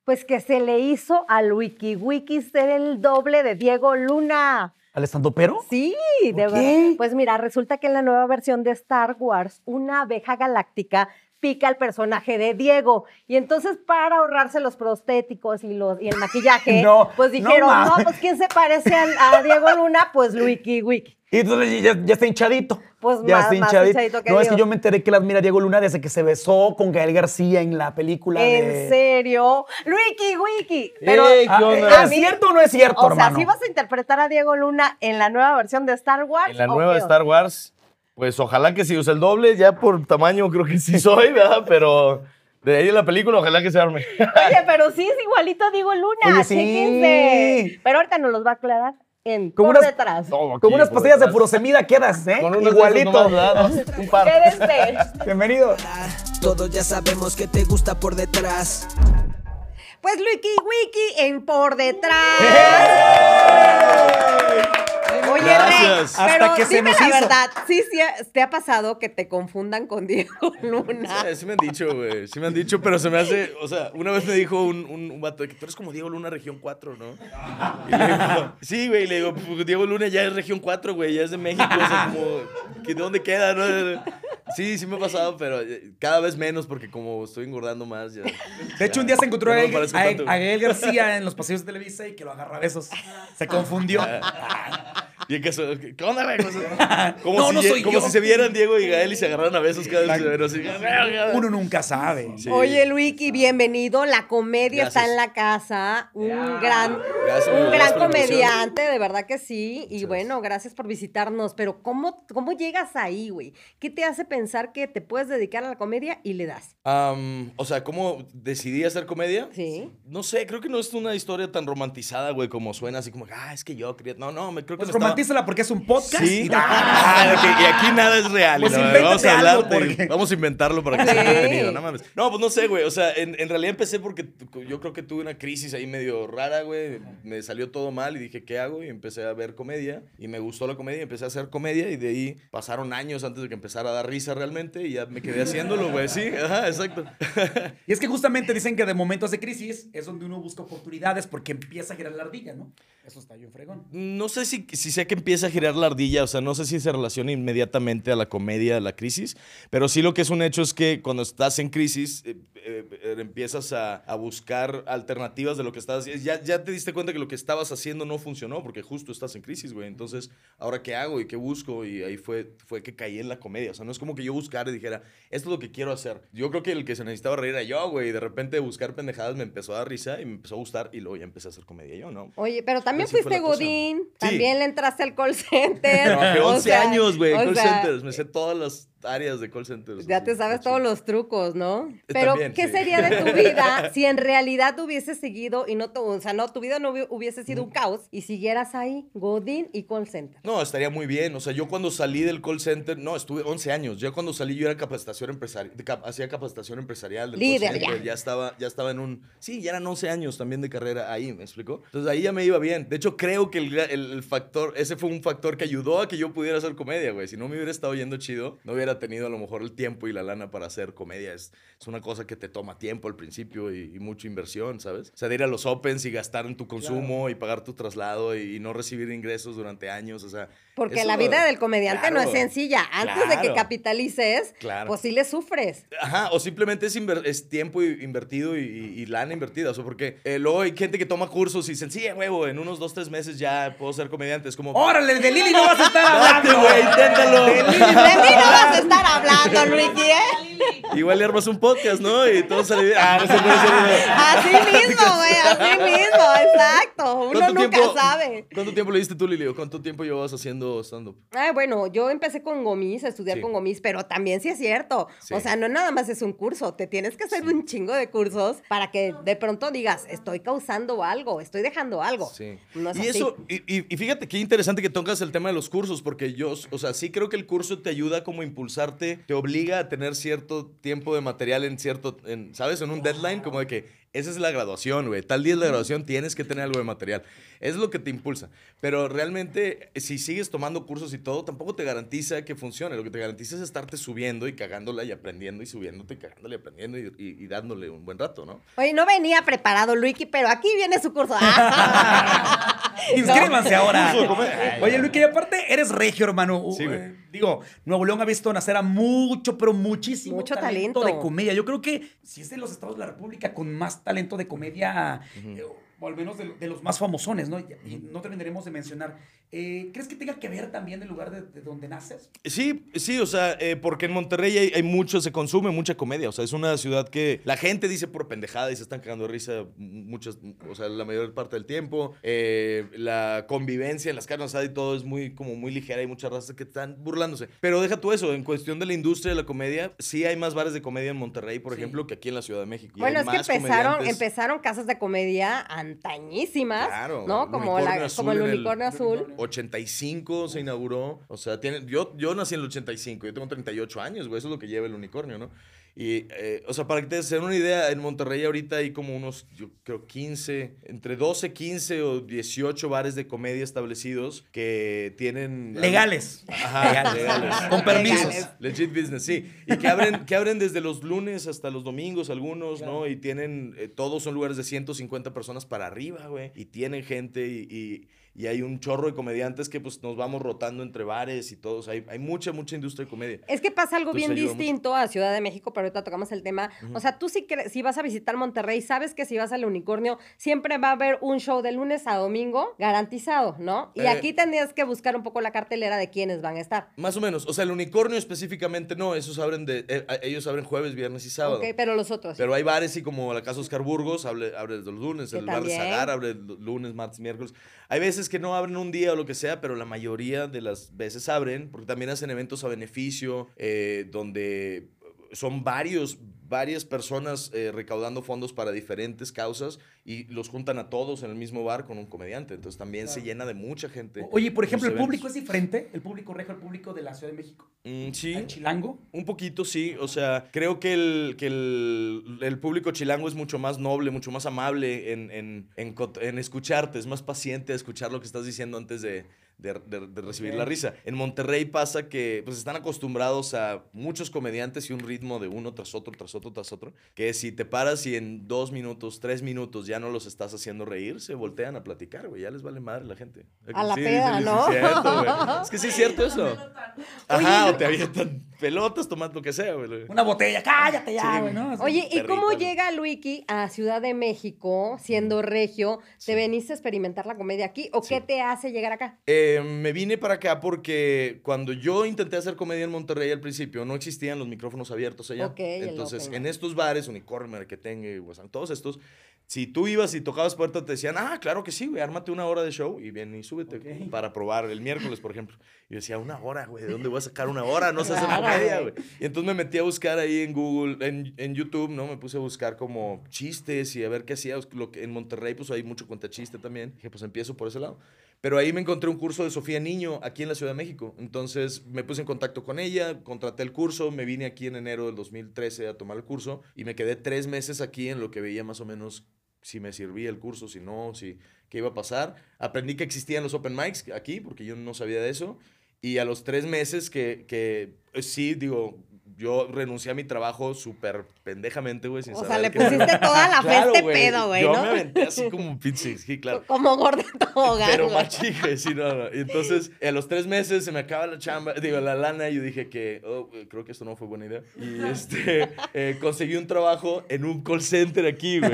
Pues que se le hizo al Wiki ser el doble de Diego Luna. ¿Al estandopero? Sí, de ¿Por verdad. qué? Pues mira, resulta que en la nueva versión de Star Wars, una abeja galáctica pica al personaje de Diego. Y entonces, para ahorrarse los prostéticos y el maquillaje, No, pues dijeron, no no, mames. pues ¿quién se parece a Diego Luna? Pues Wiki. Y entonces ya está hinchadito. Pues ya más está hinchadito. hinchadito que No, es Dios. que yo me enteré que la admira Diego Luna desde que se besó con Gael García en la película ¿En serio? Wiki. Pero, ¿qué onda? a ¿Es mí- cierto o no es cierto, O sea, hermano? ¿sí vas a interpretar a Diego Luna en la nueva versión de Star Wars? En la o nueva qué? Star Wars, pues ojalá que sí. O sea, el doble ya por tamaño creo que sí soy, ¿verdad? Pero de ahí en la película ojalá que se arme. Oye, pero sí es igualito a Diego Luna, Oye, sí. chéquense. Pero ahorita nos los va a aclarar Como por unas- detrás. Todo aquí, Como unas por pastillas de detrás. furosemida quedas, ¿eh? Con unos Igualito. besos nomás, ¿verdad? Un par. Quédense. Bienvenido. Todos ya sabemos que te gusta por detrás. Pues Wiki en Por Detrás. Oye, Gracias. Rey, pero Hasta que se dime nos la hizo. verdad, ¿sí te ha pasado que te confundan con Diego Luna? Sí me han dicho, güey. Sí me han dicho, pero se me hace. O sea, una vez me dijo un vato que tú eres como Diego Luna, región 4, ¿no? Y le digo, sí, güey. Le digo, pues, Diego Luna ya es región 4, güey. Ya es de México. O sea, como, ¿de dónde queda, no? Sí me ha pasado, pero cada vez menos porque como estoy engordando más. Ya, De hecho, un día se encontró ya a no me parezco a tanto. Gael García en los pasillos de Televisa y que lo agarra a besos. Se confundió. Y en caso, ¿qué onda, güey? Como, No, si, no soy como yo. si se vieran Diego y Gael y se agarraran a besos cada vez que se ven así. Uno nunca sabe. Sí. Oye, Wiki, bienvenido. La comedia Gracias. está en la casa. Un gran Gracias, amigo. Gracias por la invitación. comediante, de verdad que sí. Y Gracias. bueno, gracias por visitarnos. Pero ¿cómo llegas ahí, güey? ¿Qué te hace pensar que te puedes dedicar a la comedia y le das? O sea, ¿cómo decidí hacer comedia? Sí. No sé, creo que no es una historia tan romantizada, güey, como suena así como, es que yo quería. No, creo que Pues no estaba- romantízala porque es un podcast. Sí. Y Y aquí nada es real. Pues ¿no? invéntate Vamos a hablar algo, porque- Vamos a inventarlo para que sea Sí. entretenido. No mames. No, pues no sé, güey. O sea, en realidad empecé porque yo creo que tuve una crisis ahí medio rara, güey. Me salió todo mal y dije, ¿qué hago? Y empecé a ver comedia. Y me gustó la comedia y empecé a hacer comedia. Y de ahí pasaron años antes de que empezara a dar risa realmente. Y ya me quedé haciéndolo, güey. Sí, ajá, exacto. Y es que justamente dicen que de momentos de crisis es donde uno busca oportunidades porque empieza a girar la ardilla, ¿no? Eso está bien fregón. No sé si sé que empieza a girar la ardilla, o sea, no sé si se relaciona inmediatamente a la comedia, a la crisis, pero sí lo que es un hecho es que cuando estás en crisis empiezas a buscar alternativas de lo que estás haciendo. Ya te diste cuenta que lo que estabas haciendo no funcionó porque justo estás en crisis, güey. Entonces, ¿ahora qué hago y qué busco? Y ahí fue que caí en la comedia. O sea, no es como que yo buscara y dijera, esto es lo que quiero hacer. Yo creo que el que se necesitaba reír era yo, güey. Y de repente buscar pendejadas me empezó a dar risa y me empezó a gustar y luego ya empecé a hacer comedia yo, ¿no? Oye, pero también Así fue fuiste la cosa. Godín, Sí. también le entraste al call center. Trabajé O 11 sea, años, güey, en o call sea, centers. Me sé todas las áreas de call centers. Ya te así, sabes está todos chido. los trucos, ¿no? Pero, También, ¿qué sí. sería de tu vida si en realidad hubieses seguido y tu vida no hubiese sido un caos y siguieras ahí, Godín y call center? No, estaría muy bien. O sea, yo cuando salí del call center, no, estuve 11 años. Ya cuando salí yo era capacitación empresarial, hacía capacitación empresarial del Líder, call center. ya. Ya estaba en un... Sí, ya eran 11 años también de carrera ahí, ¿me explicó? Entonces ahí ya me iba bien. De hecho, creo que el factor, ese fue un factor que ayudó a que yo pudiera hacer comedia, güey. Si no me hubiera estado yendo chido, no hubiera tenido a lo mejor el tiempo y la lana para hacer comedia. Es una cosa que te toma tiempo al principio y mucha inversión, ¿sabes? O sea, de ir a los opens y gastar en tu consumo y pagar tu traslado y no recibir ingresos durante años, o sea... Porque eso- la vida del comediante no es Claro, sencilla. Antes de que claro. capitalices, Claro. pues sí le sufres. Ajá, o simplemente es tiempo invertido y lana invertida. O sea, porque luego hay gente que toma cursos y dicen, sí, a huevo, en unos 2-3 meses ya puedo ser comediante. Es como... ¡Órale, de Lili no vas a estar Date, hablando! güey, inténtalo. De Lili De mí no vas a estar hablando, Ricky, ¿eh? Igual le armas un podcast, ¿no? Y todo sale bien. No se puede ser. Así mismo, güey, así mismo, exacto. Uno ¿Cuánto nunca tiempo- sabe. ¿Cuánto tiempo le diste tú, Lili? ¿Cuánto tiempo llevabas haciendo stand-up? Bueno, yo empecé con Gomis, a estudiar Sí. con Gomis, pero también sí es cierto. Sí. O sea, no nada más es un curso, te tienes que hacer un chingo de cursos para que de pronto digas, estoy causando algo, estoy dejando algo. Sí. No es y así. eso, y fíjate qué interesante que tocas el tema de los cursos, porque yo, o sea, sí creo que el curso te ayuda como a impulsarte, te obliga a tener cierto tiempo de material ¿sabes? En un deadline, como de que esa es la graduación, güey. Tal día es la graduación, tienes que tener algo de material. material. Es lo que te impulsa. Pero realmente, si sigues tomando cursos y todo, tampoco te garantiza que funcione. Lo que te garantiza es estarte subiendo y cagándola y aprendiendo y subiéndote y cagándola y aprendiendo y dándole un buen rato, ¿no? Oye, no venía preparado, Luiki, pero aquí viene su curso. Inscríbanse ahora. Curso de comedia. Oye, Luis, que aparte eres regio, hermano. Sí, güey. Digo, Nuevo León ha visto nacer a mucho, pero muchísimo Mucho talento talento. de comedia. Yo creo que si es de los estados de la República con más talento de comedia, o al menos de los más famosones, ¿no? Y no terminaremos de mencionar. ¿Crees que tenga que ver también el lugar de donde naces? Sí, o sea, porque en Monterrey hay mucho, se consume mucha comedia. O sea, es una ciudad que la gente dice por pendejada y se están cagando de risa muchas, o sea, la mayor parte del tiempo. La convivencia en las carnes asadas y todo es muy ligera. Hay muchas razas que están burlándose. Pero deja tú eso, en cuestión de la industria de la comedia, sí hay más bares de comedia en Monterrey, por ejemplo, que aquí en la Ciudad de México. Y Bueno, hay es que más comediantes. empezaron casas de comedia antañísimas, Claro, ¿no? el Como Unicornio Azul el en el- Unicornio Azul. 85 se inauguró. O sea, yo nací en el 85, yo tengo 38 años, güey, eso es lo que lleva el unicornio, ¿no? Y, o sea, para que te des una idea, en Monterrey ahorita hay como unos, yo creo, 15, entre 12, 15 o 18 bares de comedia establecidos que tienen... Legales. Ajá, legales. Con permisos. Legales. Legit business, sí. Y que abren desde los lunes hasta los domingos algunos, Claro. ¿no? Y tienen, todos son lugares de 150 personas para arriba, güey. Y tienen gente y hay un chorro de comediantes que pues nos vamos rotando entre bares y todos. Hay mucha industria de comedia. Es que pasa algo Entonces, bien ayuda distinto a Ciudad de México, pero ahorita tocamos el tema. O sea, tú si vas a visitar Monterrey, sabes que si vas al Unicornio, siempre va a haber un show de lunes a domingo garantizado, ¿no? Y aquí tendrías que buscar un poco la cartelera de quiénes van a estar. Más o menos. O sea, el unicornio específicamente no. Ellos abren jueves, viernes y sábado. Ok, pero los otros. Pero hay bares, y como la Casa Oscar Burgos, abre los lunes. Que El bar de también. Zagar abre lunes, martes, miércoles. Hay veces que no abren un día o lo que sea, pero la mayoría de las veces abren, porque también hacen eventos a beneficio, donde son varias personas recaudando fondos para diferentes causas y los juntan a todos en el mismo bar con un comediante. Entonces también se llena de mucha gente. Oye, por ejemplo, los ¿el público eventos. es diferente? ¿El público regio al público de la Ciudad de México? Sí. ¿Al chilango? Un poquito, sí. O sea, creo que el público chilango es mucho más noble, mucho más amable en escucharte. Es más paciente a escuchar lo que estás diciendo antes de recibir la risa. En Monterrey pasa que pues están acostumbrados a muchos comediantes y un ritmo de uno tras otro, que si te paras y en 2 minutos, 3 minutos ya no los estás haciendo reír, se voltean a platicar, güey. Ya les vale madre la gente. A la Sí, peda, sí, ¿no? Sí, es cierto, güey. Es que sí es cierto eso. Ajá, o te avientan pelotas, tomando lo que sea, güey. Una botella, cállate ya, güey, ¿no? Oye, ¿y cómo Perrito, ¿no? llega Luiki a Ciudad de México, siendo regio? ¿Te veniste a experimentar la comedia aquí? ¿O qué te hace llegar acá? Me vine para acá porque cuando yo intenté hacer comedia en Monterrey al principio, no existían los micrófonos abiertos allá. Ok, el Entonces, open. en estos bares, Unicornio, Marketing, todos estos, si tú ibas y tocabas puerta, te decían, claro que sí, güey, ármate una hora de show y ven y súbete para probar el miércoles, por ejemplo. Y yo decía, 1 hora, güey, ¿de dónde voy a sacar 1 hora? No sé hacer Claro, comedia, güey. güey. Y entonces me metí a buscar ahí en Google, en YouTube, ¿no? Me puse a buscar como chistes y a ver qué hacía. En Monterrey, pues hay mucho cuentachiste también. Dije, pues empiezo por ese lado. Pero ahí me encontré un curso de Sofía Niño aquí en la Ciudad de México. Entonces me puse en contacto con ella, contraté el curso, me vine aquí en enero del 2013 a tomar el curso y me quedé 3 meses aquí en lo que veía más o menos si me servía el curso, si no, qué iba a pasar. Aprendí que existían los open mics aquí porque yo no sabía de eso. Y a los 3 meses sí, digo, yo renuncié a mi trabajo súper pendejamente, güey, sin O sea, saber le qué pusiste hacer. toda la fe a Claro, este güey. pedo, güey, Yo ¿no? me aventé así como un pinche, sí, claro. Como gordo en tobogán, Pero güey. machi, güey, sí, no. Y entonces, a los 3 meses se me acaba la lana, y yo dije que, creo que esto no fue buena idea. Y conseguí un trabajo en un call center aquí, güey.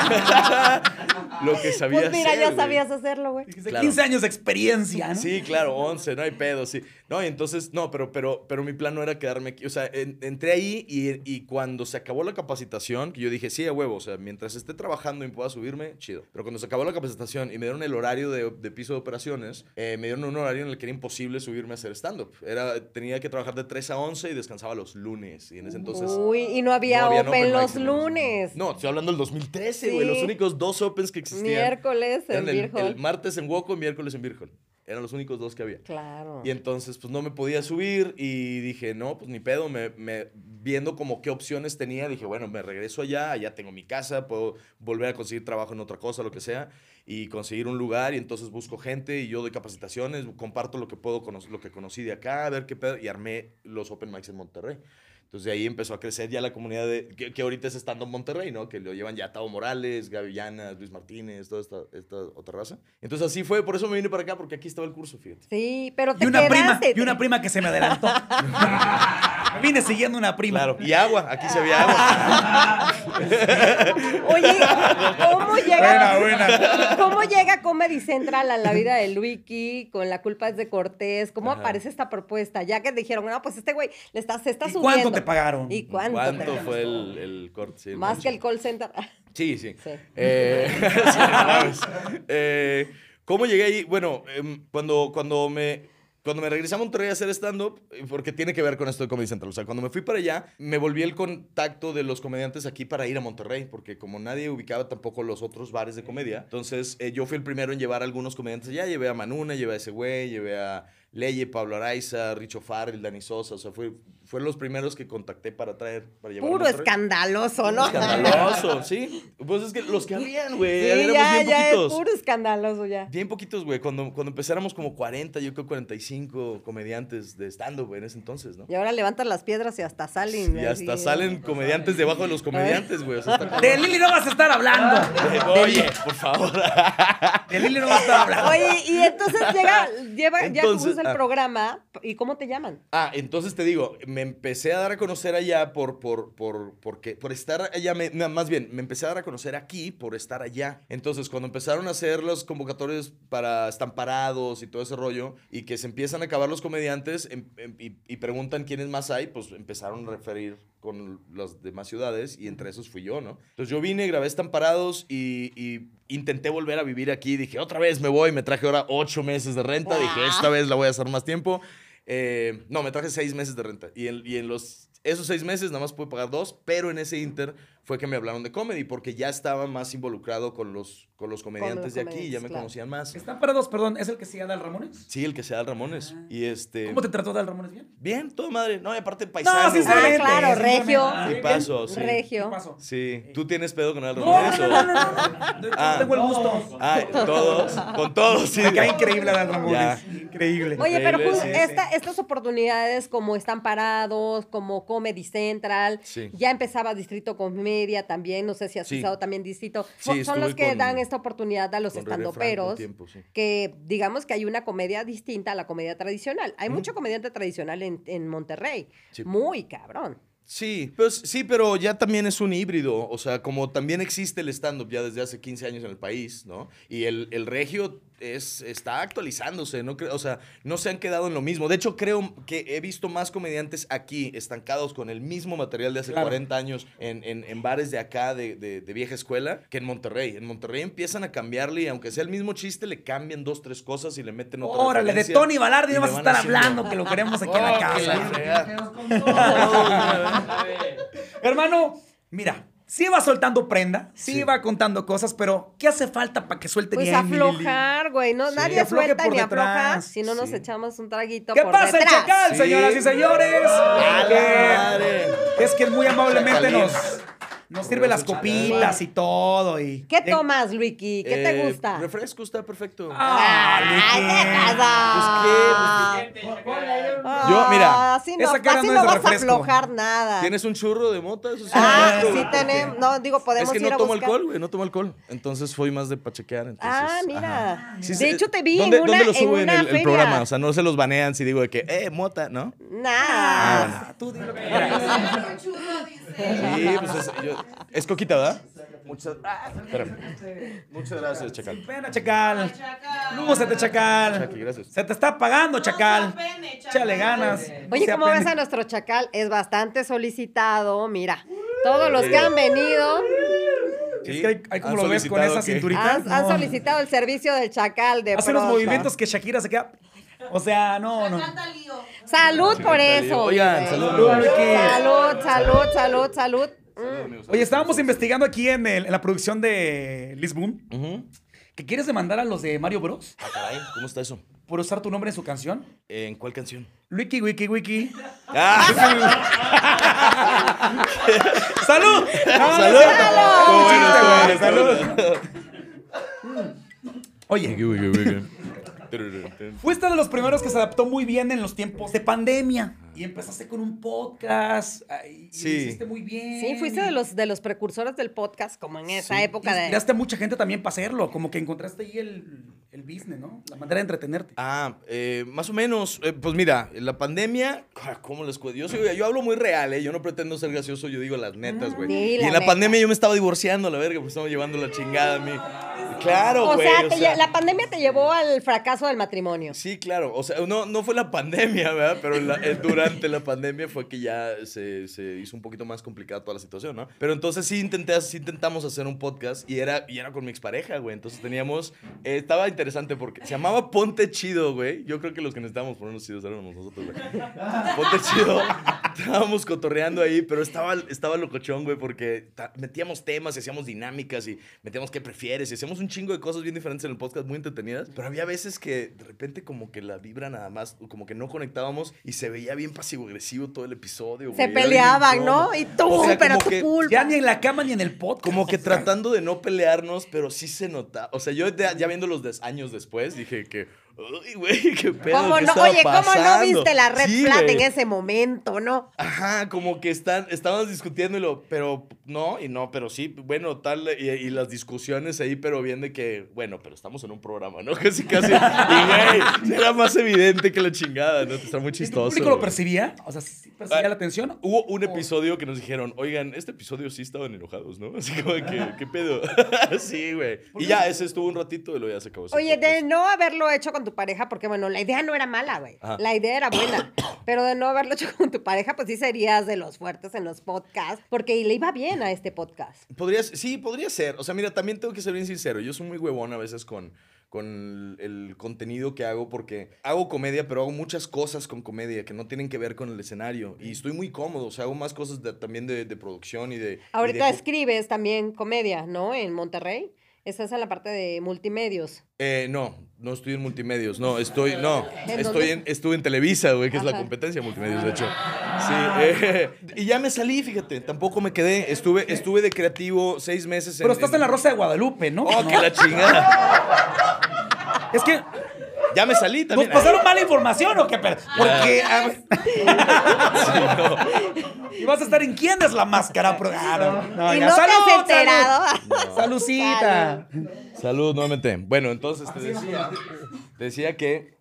Lo que sabía Pues mira, hacer, ya güey. sabías hacerlo, güey. Dijiste, Claro. 15 años de experiencia, ¿no? Sí, claro, 11, no hay pedo, sí. No, y entonces, no, pero mi plan no era quedarme aquí. O sea, entré ahí y cuando se acabó la capacitación, que yo dije, sí, a huevo, o sea, mientras esté trabajando y pueda subirme, chido. Pero cuando se acabó la capacitación y me dieron el horario de piso de operaciones, me dieron un horario en el que era imposible subirme a hacer stand-up. Tenía que trabajar de 3 a 11 y descansaba los lunes. Y en ese entonces... Uy, y no había, no había open open los mics en los- lunes. No, estoy hablando del 2013, güey. Sí. Los únicos 2 opens que existían. Miércoles en Eran Beer Hall. el martes en Woco y miércoles en Beer Hall. Eran los únicos 2 que había. Claro. Y entonces, pues no me podía subir y dije, no, pues ni pedo. Viendo como qué opciones tenía, dije, bueno, me regreso allá tengo mi casa, puedo volver a conseguir trabajo en otra cosa, lo que sea, y conseguir un lugar. Y entonces busco gente y yo doy capacitaciones, comparto lo que puedo, lo que conocí de acá, a ver qué pedo. Y armé los Open Mics en Monterrey. Entonces de ahí empezó a crecer ya la comunidad que ahorita es estando en Monterrey, ¿no? Que lo llevan ya Tavo Morales, Gaby Llanas, Luis Martínez, toda esta otra raza. Entonces así fue, por eso me vine para acá, porque aquí estaba el curso, fíjate. Sí, pero te Y quedaste. una prima que se me adelantó. Me vine siguiendo una prima. Claro, y agua, aquí se había agua. Oye, Buena. ¿cómo llega Comedy Central a la vida de Luiki con La culpa es de Cortés? ¿Cómo Ajá. aparece esta propuesta? Ya que dijeron, no, pues este güey se está ¿Y subiendo. cuánto te pagaron? ¿Y cuánto? ¿Cuánto fue el corte? Sí, Más mucho. que el call center. Sí, sí. Sí. Sí, no mames. ¿Cómo llegué ahí? Bueno, cuando me regresé a Monterrey a hacer stand-up, porque tiene que ver con esto de Comedy Central. O sea, cuando me fui para allá, me volví el contacto de los comediantes aquí para ir a Monterrey, porque como nadie ubicaba tampoco los otros bares de comedia, entonces yo fui el primero en llevar a algunos comediantes allá. Llevé a Manuna, llevé a ese güey, llevé a Leye, Pablo Araiza, Richo Farrell, Dani Sosa. O sea, fueron los primeros que contacté para llevar a Puro Monterrey. escandaloso, ¿no? Escandaloso, sí. Pues es que los que habían, güey. Sí, éramos ya bien es poquitos. puro escandaloso ya. Bien poquitos, güey. Cuando empezáramos como 40, yo creo 45 comediantes de stand-up en ese entonces, ¿no? Y ahora levantan las piedras y hasta salen. Y hasta así. salen comediantes debajo de los comediantes, güey. O sea, está De Lili no vas a estar hablando. Oye, por favor. De Lili no vas a estar hablando. Oye, y entonces ya Entonces, comienza el programa. ¿Y cómo te llaman? Entonces te digo, me empecé a dar a conocer allá por estar allá, más bien, me empecé a dar a conocer aquí por estar allá. Entonces, cuando empezaron a hacer los convocatorios para estamparados y todo ese rollo, y que se empiezan a acabar los comediantes y preguntan quiénes más hay, pues empezaron a referir con las demás ciudades, y entre esos fui yo, ¿no? Entonces yo vine, grabé estamparados y intenté volver a vivir aquí. Dije, otra vez me voy, me traje ahora 8 meses de renta. Dije, esta vez la voy a hacer más tiempo. No, me traje 6 meses de renta. Y en esos 6 meses nada más pude pagar 2, pero en ese inter fue que me hablaron de comedy, porque ya estaba más involucrado con los comediantes de aquí, y ya me claro. conocían más. Están parados, perdón, ¿es el que se llama Dal Ramones? Sí, el que sea Dal Ramones. Y ¿Cómo te trató Dal Ramones bien? Bien, todo madre. No, y aparte paisano. sí, güey. excelente. claro, regio. Sí, paso, sí. Regio. ¿Qué pasó? Sí. ¿Tú tienes pedo con Dal No, Ramones? no, no, no. De hecho, tengo el gusto. Todos, con todos, sí. Me cae increíble Dal Ramones. Ya. Increíble. Oye, pero Increíble, justo estas oportunidades como Están Parados, como Comedy Central, Sí. ya empezaba Distrito Comedia también, no sé si has Sí. usado también Distrito. Sí, Son los estuve que con- dan esta oportunidad a los con René Franco un estandoperos, tiempo, sí. que digamos que hay una comedia distinta a la comedia tradicional. Hay mucho comediante tradicional en Monterrey. Sí. Muy cabrón. Sí, pues, sí, pero ya también es un híbrido. O sea, como también existe el stand-up ya desde hace 15 años en el país, ¿no? Y el regio está actualizándose, ¿no? O sea, no se han quedado en lo mismo. De hecho, creo que he visto más comediantes aquí estancados con el mismo material de hace Claro. 40 años en bares de acá, de vieja escuela, que en Monterrey. En Monterrey empiezan a cambiarle, y aunque sea el mismo chiste, le cambian 2, 3 cosas y le meten otra Órale, de referencia, Tony Balardi y no le vas a van estar haciendo- hablando, que lo queremos aquí en la Oh, que casa. la fregada. Hermano, mira, sí va soltando prenda, sí, Sí. va contando cosas, pero ¿qué hace falta para que suelte Pues bien, mi Lili? aflojar, güey. No, Sí. nadie Que afloje suelta por ni afloja detrás. si no nos Sí. echamos un traguito ¿Qué por pasa el detrás. chacal, Sí. señoras y señores? ¡A la madre! Es que muy amablemente Chacalín. nos sirve las copitas y todo. Y, ¿Qué tomas, Luiki? ¿Qué te gusta? Refresco está perfecto. ¡Ah, ¡Ay, Luiki! qué pasa! Yo, mira, así esa cara así no no es de vas a refresco. aflojar nada. ¿Tienes un churro de mota? Eso sí. Sí tenemos. No, digo, podemos Es que ir no a tomo buscar. alcohol, güey, no tomo alcohol. Entonces fui más de pachequear. Entonces, Mira. ajá. Sí, De sí, hecho, te vi ¿dónde, en una, ¿dónde lo en subo en una el feria. programa? O sea, no se los banean si digo de que, mota, ¿no? Nah. Tú di lo que quieras. Sí, pues es coquita, ¿verdad? Espérame. Muchas gracias, Chacal. Ven, chacal. Lúcete, chacal. Chaqui, gracias. Se te está pagando, chacal. Échale ganas. Oye, No ¿cómo se ves apene. a nuestro chacal? Es bastante solicitado. Mira, todos los que han venido Es que hay como ¿Han lo ves con solicitado esa qué? cinturita. han No. solicitado el servicio del chacal de Hace los pronto. movimientos que Shakira se queda. O sea, no. Salud por eso. Oigan, güey. salud. Salud. Oye, estábamos investigando aquí en la producción de Lisboon. Ujú. ¿Que quieres demandar a los de Mario Bros? Ah, caray, ¿cómo está eso? ¿Por usar tu nombre en su canción? ¿En cuál canción? Wiki, wiki, wiki. ¡Ah! ¡Salud! ¡Salud! ¡Salud! ¡Salud! Oye, fuiste de los primeros que se adaptó muy bien en los tiempos de pandemia. Y empezaste con un podcast. Y Sí. lo hiciste muy bien. Sí, fuiste de los precursores del podcast, como en esa Sí, época de... inspiraste a mucha gente también para hacerlo. Como que encontraste ahí el business, ¿no? La manera de entretenerte. Más o menos. Pues mira, la pandemia, ¿cómo les cuento? Yo hablo muy real, ¿eh? Yo no pretendo ser gracioso, yo digo las netas, güey. Sí, Y la en la neta. pandemia yo me estaba divorciando, la verga, pues estaba llevando la chingada a mí. Claro, O güey. sea, la pandemia te llevó al fracaso del matrimonio. Sí, claro. O sea, no fue la pandemia, ¿verdad? Pero durante la pandemia fue que ya se hizo un poquito más complicada toda la situación, ¿no? Pero entonces sí intentamos hacer un podcast y era con mi expareja, güey. Entonces estaba interesante porque se llamaba Ponte Chido, güey. Yo creo que los que necesitábamos ponernos chidos éramos nosotros, güey. Ponte Chido. Estábamos cotorreando ahí, pero estaba locochón, güey, porque metíamos temas y hacíamos dinámicas y metíamos qué prefieres y hacíamos un chingo de cosas bien diferentes en el podcast, muy entretenidas. Pero había veces que de repente como que la vibra nada más, como que no conectábamos y se veía bien pasivo-agresivo todo el episodio, güey. Se Era bien peleaban, incómodo. ¿no? Y tú, O sea, pero como tu que culpa. Ya ni en la cama ni en el podcast. como que tratando de no pelearnos, pero sí se nota. O sea, yo ya viendo los años después dije que, uy, güey, qué pedo. ¿Cómo ¿qué no? estaba Oye, ¿cómo no pasando? viste la red Sí, flag güey. en ese momento, no? Ajá, como que estábamos discutiéndolo, pero no, pero sí, bueno, tal, y las discusiones ahí, pero bien de que, bueno, pero estamos en un programa, ¿no? Casi. Y, güey, era más evidente que la chingada, ¿no? Está muy ¿Y tu chistoso. público lo güey. percibía? O sea, ¿sí percibía la atención? Hubo un episodio que nos dijeron, oigan, este episodio sí estaban enojados, ¿no? Así como de que, ¿qué pedo? Sí, güey. Y ya, ese estuvo un ratito y luego ya se acabó. ese Oye, de podcast. no haberlo hecho con tu pareja, porque bueno, la idea no era mala, güey. Ajá. La idea era buena. Pero de no haberlo hecho con tu pareja, pues sí serías de los fuertes en los podcasts, porque le iba bien a este podcast. Sí, podría ser. O sea, mira, también tengo que ser bien sincero. Yo soy muy huevón a veces con el contenido que hago porque hago comedia, pero hago muchas cosas con comedia que no tienen que ver con el escenario. Y estoy muy cómodo. O sea, hago más cosas también de producción y de... Ahorita y de- escribes también comedia, ¿no? En Monterrey. Estás en la parte de multimedios. No estoy en multimedios. No, ¿En estuve en Televisa, güey, que es la Ajá. competencia de multimedios, de hecho. Sí, y ya me salí, fíjate. Tampoco me quedé. Estuve de creativo 6 meses. Pero estás en la Rosa de Guadalupe, ¿no? Oh, ¿No? que la chingada. Es que Ya me salí ¿nos también. pasaron mala información o qué pedo? Porque y vas a estar en ¿Quién es la máscara? No, ¿Y ya. no te has ¡Salud, enterado? salud! ¡Saludcita! Salud nuevamente. Bueno, entonces te decía que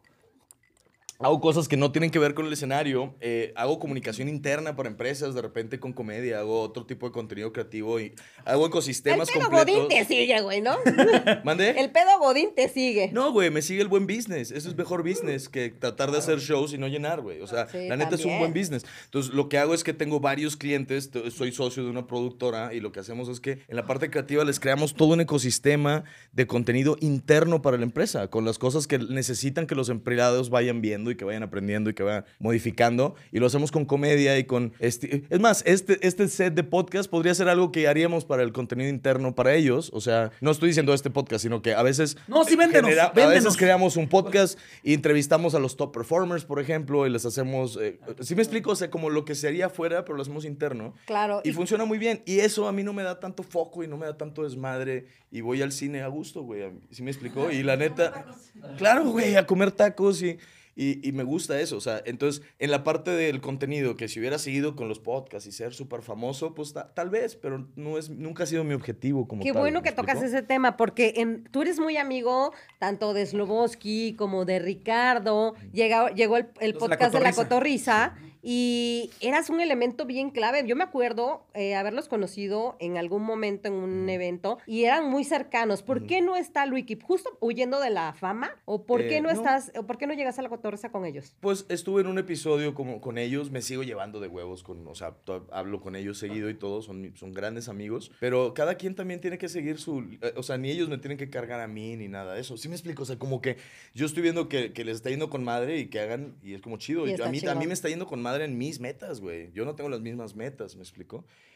hago cosas que no tienen que ver con el escenario. Hago comunicación interna para empresas, de repente con comedia. Hago otro tipo de contenido creativo y hago El ecosistemas pedo completos. Godín te sigue, güey, ¿no? ¿Mande? El pedo Godín te sigue. No, güey, me sigue el buen business. Eso es mejor business que tratar de hacer shows y no llenar, güey. O sea, Sí, la neta es un también. buen business. Entonces, lo que hago es que tengo varios clientes. Soy socio de una productora y lo que hacemos es que en la parte creativa les creamos todo un ecosistema de contenido interno para la empresa, con las cosas que necesitan que los empleados vayan viendo y que vayan aprendiendo y que vayan modificando. Y lo hacemos con comedia y con... Es más, este set de podcast podría ser algo que haríamos para el contenido interno para ellos. O sea, no estoy diciendo este podcast, sino que a veces... No, sí, véndenos, A véndenos. veces creamos un podcast y entrevistamos a los top performers, por ejemplo, y les hacemos... ¿Sí me explico? O sea, como lo que se haría afuera, pero lo hacemos interno. Claro. Y funciona muy bien. Y eso a mí no me da tanto foco y no me da tanto desmadre. Y voy al cine a gusto, güey. ¿Sí me explicó? Y la neta... Claro, güey, a comer tacos y me gusta eso. O sea, entonces, en la parte del contenido, que si hubiera seguido con los podcasts y ser súper famoso, pues tal vez, pero nunca ha sido mi objetivo como Qué tal. bueno ¿me que tocas explicó? ese tema, porque tú eres muy amigo tanto de Sloboski como de Ricardo. Llegó el Los de la podcast de La Cotorrisa. Cotorrisa y eras un elemento bien clave. Yo me acuerdo haberlos conocido en algún momento en un evento y eran muy cercanos. ¿Por qué no está Luiki? ¿Justo huyendo de la fama? ¿O por qué no No. estás, o por qué no llegas a La Cotorrisa con ellos? Pues estuve en un episodio como con ellos, me sigo llevando de huevos, o sea, hablo con ellos seguido y todo, son grandes amigos, pero cada quien también tiene que seguir o sea, ni ellos me tienen que cargar a mí ni nada de eso. ¿Sí me explico? O sea, como que yo estoy viendo que les está yendo con madre y que hagan, y es como chido. Y Y está a mí chingón. me está yendo con madre en mis metas, güey. Yo no tengo las mismas metas, ¿me explico?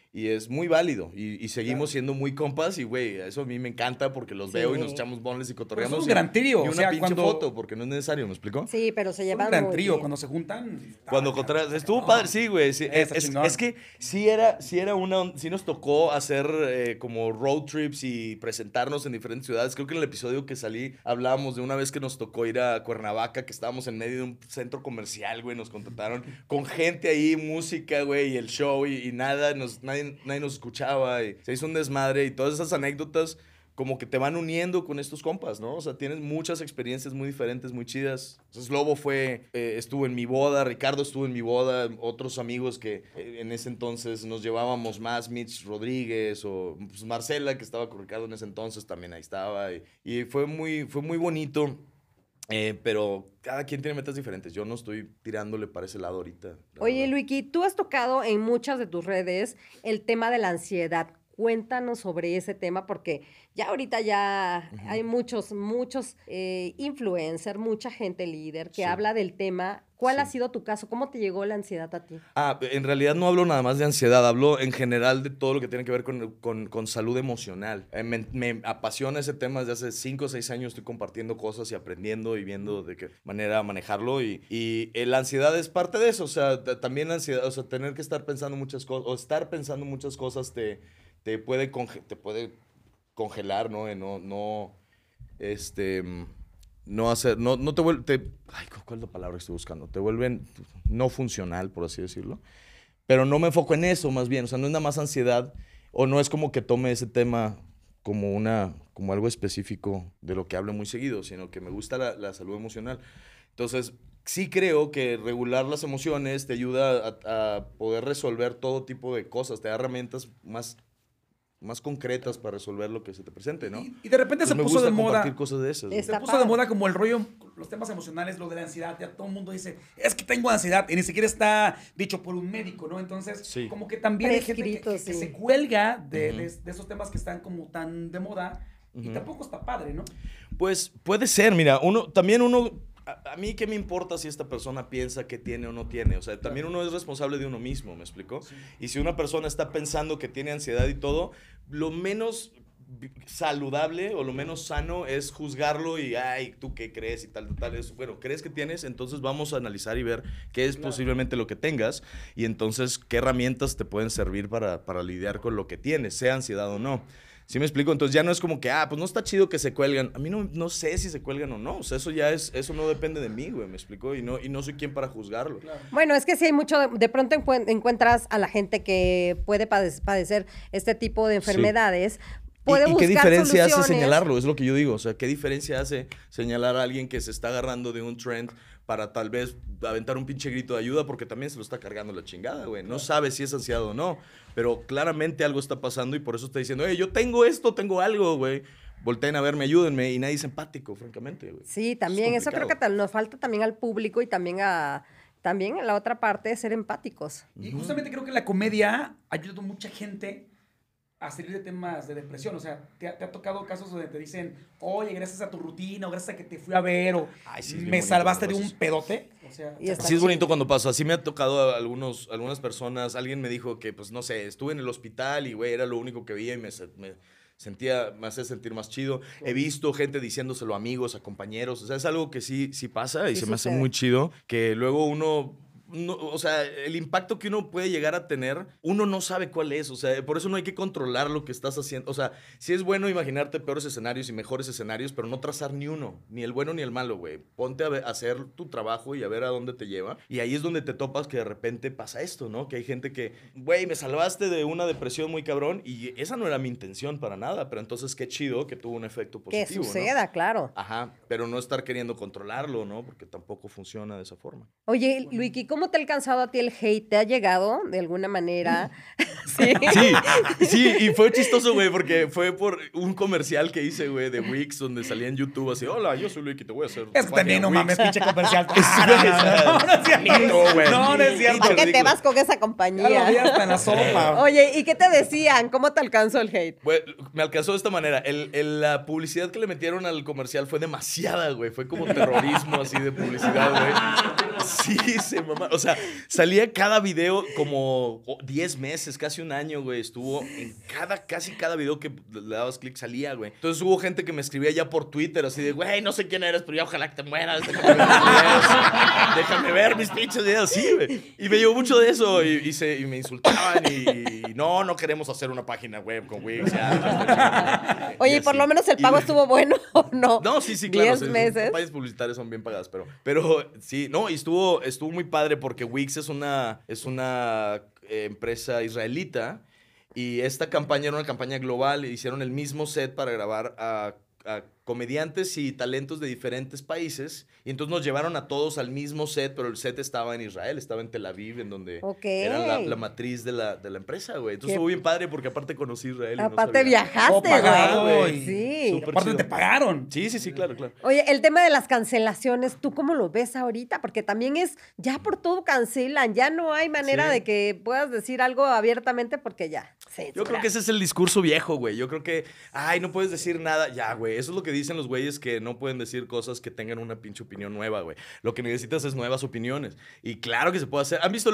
Y es muy válido. Y seguimos siendo muy compas. Y, güey, eso a mí me encanta porque los veo y nos echamos bonles y cotorreamos. Es un gran trío. Y o una sea, pinche foto, porque no es necesario, ¿me explicó? Sí, pero se Es un llevan gran muy trío. bien. Cuando se juntan. Cuando cotorreas. Estuvo padre, sí, güey. Sí, es que sí nos tocó hacer como road trips y presentarnos en diferentes ciudades. Creo que en el episodio que salí hablábamos de una vez que nos tocó ir a Cuernavaca, que estábamos en medio de un centro comercial, güey. Nos contrataron con gente ahí, música, güey, y el show y nada. Nadie nos escuchaba. Y se hizo un desmadre y todas esas anécdotas como que te van uniendo con estos compas, ¿no? O sea, tienes muchas experiencias muy diferentes, muy chidas. Entonces, Lobo estuvo en mi boda, Ricardo estuvo en mi boda, otros amigos que en ese entonces nos llevábamos más, Mitch Rodríguez o pues, Marcela, que estaba con Ricardo en ese entonces, también ahí estaba. Y fue muy bonito. Pero cada quien tiene metas diferentes. Yo no estoy tirándole para ese lado ahorita. Oye, Luiki, tú has tocado en muchas de tus redes el tema de la ansiedad. Cuéntanos sobre ese tema porque ya ahorita ya hay muchos influencers, mucha gente líder que habla del tema. ¿Cuál ha sido tu caso? ¿Cómo te llegó la ansiedad a ti? En realidad no hablo nada más de ansiedad, hablo en general de todo lo que tiene que ver con salud emocional. Me apasiona ese tema desde hace 5 o 6 años, estoy compartiendo cosas y aprendiendo y viendo de qué manera manejarlo y la ansiedad es parte de eso, o sea, también la ansiedad, o sea, tener que estar pensando muchas cosas o estar pensando muchas cosas te puede congelar, ¿no? No te vuelve, ay, ¿cuál es la palabra que estoy buscando? Te vuelven no funcional, por así decirlo. Pero no me enfoco en eso, más bien. O sea, no es nada más ansiedad o no es como que tome ese tema como algo específico de lo que hablo muy seguido, sino que me gusta la salud emocional. Entonces, sí creo que regular las emociones te ayuda a poder resolver todo tipo de cosas, te da herramientas más concretas para resolver lo que se te presente, ¿no? Y de repente se puso de moda. Compartir cosas de esas. Se puso de moda como el rollo, los temas emocionales, lo de la ansiedad. Ya todo el mundo dice, es que tengo ansiedad. Y ni siquiera está dicho por un médico, ¿no? Entonces, como que también hay gente que se cuelga de esos temas que están como tan de moda. Y tampoco está padre, ¿no? Pues puede ser, mira, uno. A mí, ¿qué me importa si esta persona piensa que tiene o no tiene? O sea, también uno es responsable de uno mismo, ¿me explicó? Sí. Y si una persona está pensando que tiene ansiedad y todo, lo menos saludable o lo menos sano es juzgarlo y, ay, ¿tú qué crees? Y tal. Eso. Bueno, ¿crees que tienes? Entonces vamos a analizar y ver qué es posiblemente lo que tengas y entonces qué herramientas te pueden servir para lidiar con lo que tienes, sea ansiedad o no. ¿Sí me explico? Entonces ya no es como que, pues no está chido que se cuelgan. A mí no sé si se cuelgan o no. O sea, eso no depende de mí, güey, ¿me explico? Y no soy quien para juzgarlo. Claro. Bueno, es que sí hay mucho, de pronto encuentras a la gente que puede padecer este tipo de enfermedades. ¿Y qué diferencia hace señalarlo? Es lo que yo digo. O sea, ¿qué diferencia hace señalar a alguien que se está agarrando de un trend para tal vez aventar un pinche grito de ayuda porque también se lo está cargando la chingada, güey? No sabe si es ansiedad o no, pero claramente algo está pasando y por eso está diciendo, yo tengo esto, tengo algo, güey. Volteen a verme, ayúdenme. Y nadie es empático, francamente, güey. Sí, también. Eso creo que nos falta también al público y también también en la otra parte ser empáticos. Y justamente creo que la comedia ha ayudado a mucha gente a salir de temas de depresión. O sea, ¿te ha tocado casos donde te dicen, oye, gracias a tu rutina, o gracias a que te fui a ver, o me salvaste de un pedote? O sea, sí es bonito cuando pasa. Así me ha tocado a algunas personas. Alguien me dijo que, pues, no sé, estuve en el hospital y, güey, era lo único que veía y me hace sentir más chido. He visto gente diciéndoselo a amigos, a compañeros. O sea, es algo que sí pasa y se me hace muy chido. Que luego uno... No, o sea, el impacto que uno puede llegar a tener, uno no sabe cuál es. O sea, por eso no hay que controlar lo que estás haciendo. O sea, sí es bueno imaginarte peores escenarios y mejores escenarios, pero no trazar ni uno, ni el bueno ni el malo, güey. Ponte a hacer tu trabajo y a ver a dónde te lleva. Y ahí es donde te topas que de repente pasa esto, ¿no? Que hay gente que, güey, me salvaste de una depresión muy cabrón y esa no era mi intención para nada, pero entonces qué chido que tuvo un efecto positivo, que suceda, ¿no? Claro. Ajá, pero no estar queriendo controlarlo, ¿no? Porque tampoco funciona de esa forma. Oye, Luiki, ¿cómo te ha alcanzado a ti el hate? ¿Te ha llegado de alguna manera? Sí, y fue chistoso, güey, porque fue por un comercial que hice, güey, de Wix, donde salía en YouTube así, hola, yo soy Luiki, te voy a hacer... Es que también, no mames, pinche comercial. ¿Por qué te vas con esa compañía? Ya lo vi hasta en la sopa. Oye, ¿y qué te decían? ¿Cómo te alcanzó el hate? Pues, me alcanzó de esta manera. La publicidad que le metieron al comercial fue demasiada, güey. Fue como terrorismo así de publicidad, güey. Sí, se mamá. O sea, salía cada video como 10 meses, casi un año, güey. Estuvo en casi cada video que le dabas clic salía, güey. Entonces hubo gente que me escribía ya por Twitter así de, güey, no sé quién eres, pero ya ojalá que te mueras. Déjame ver mis pinches videos. Sí, güey. Y me llevó mucho de eso y me insultaban y no queremos hacer una página web con Wix. Oye, y por lo menos el pago estuvo bueno, ¿o no? No, sí, claro. 10 meses. Campañas publicitarias son bien pagadas, pero sí, no, y estuvo muy padre porque Wix es una empresa israelita y esta campaña era una campaña global. Hicieron el mismo set para grabar a comediantes y talentos de diferentes países y entonces nos llevaron a todos al mismo set, pero el set estaba en Israel, estaba en Tel Aviv, en donde era la matriz de la empresa, güey. Entonces estuvo bien padre porque aparte conocí Israel. Y aparte no viajaste, güey. Sí. Aparte te pagaron. Sí, claro. Oye, el tema de las cancelaciones, ¿tú cómo lo ves ahorita? Porque también ya por todo cancelan, ya no hay manera de que puedas decir algo abiertamente porque ya. Yo creo que ese es el discurso viejo, güey. Yo creo que, no puedes decir nada. Ya, güey. Eso es lo que dicen los güeyes que no pueden decir cosas que tengan una pinche opinión nueva, güey. Lo que necesitas es nuevas opiniones. Y claro que se puede hacer. ¿Han visto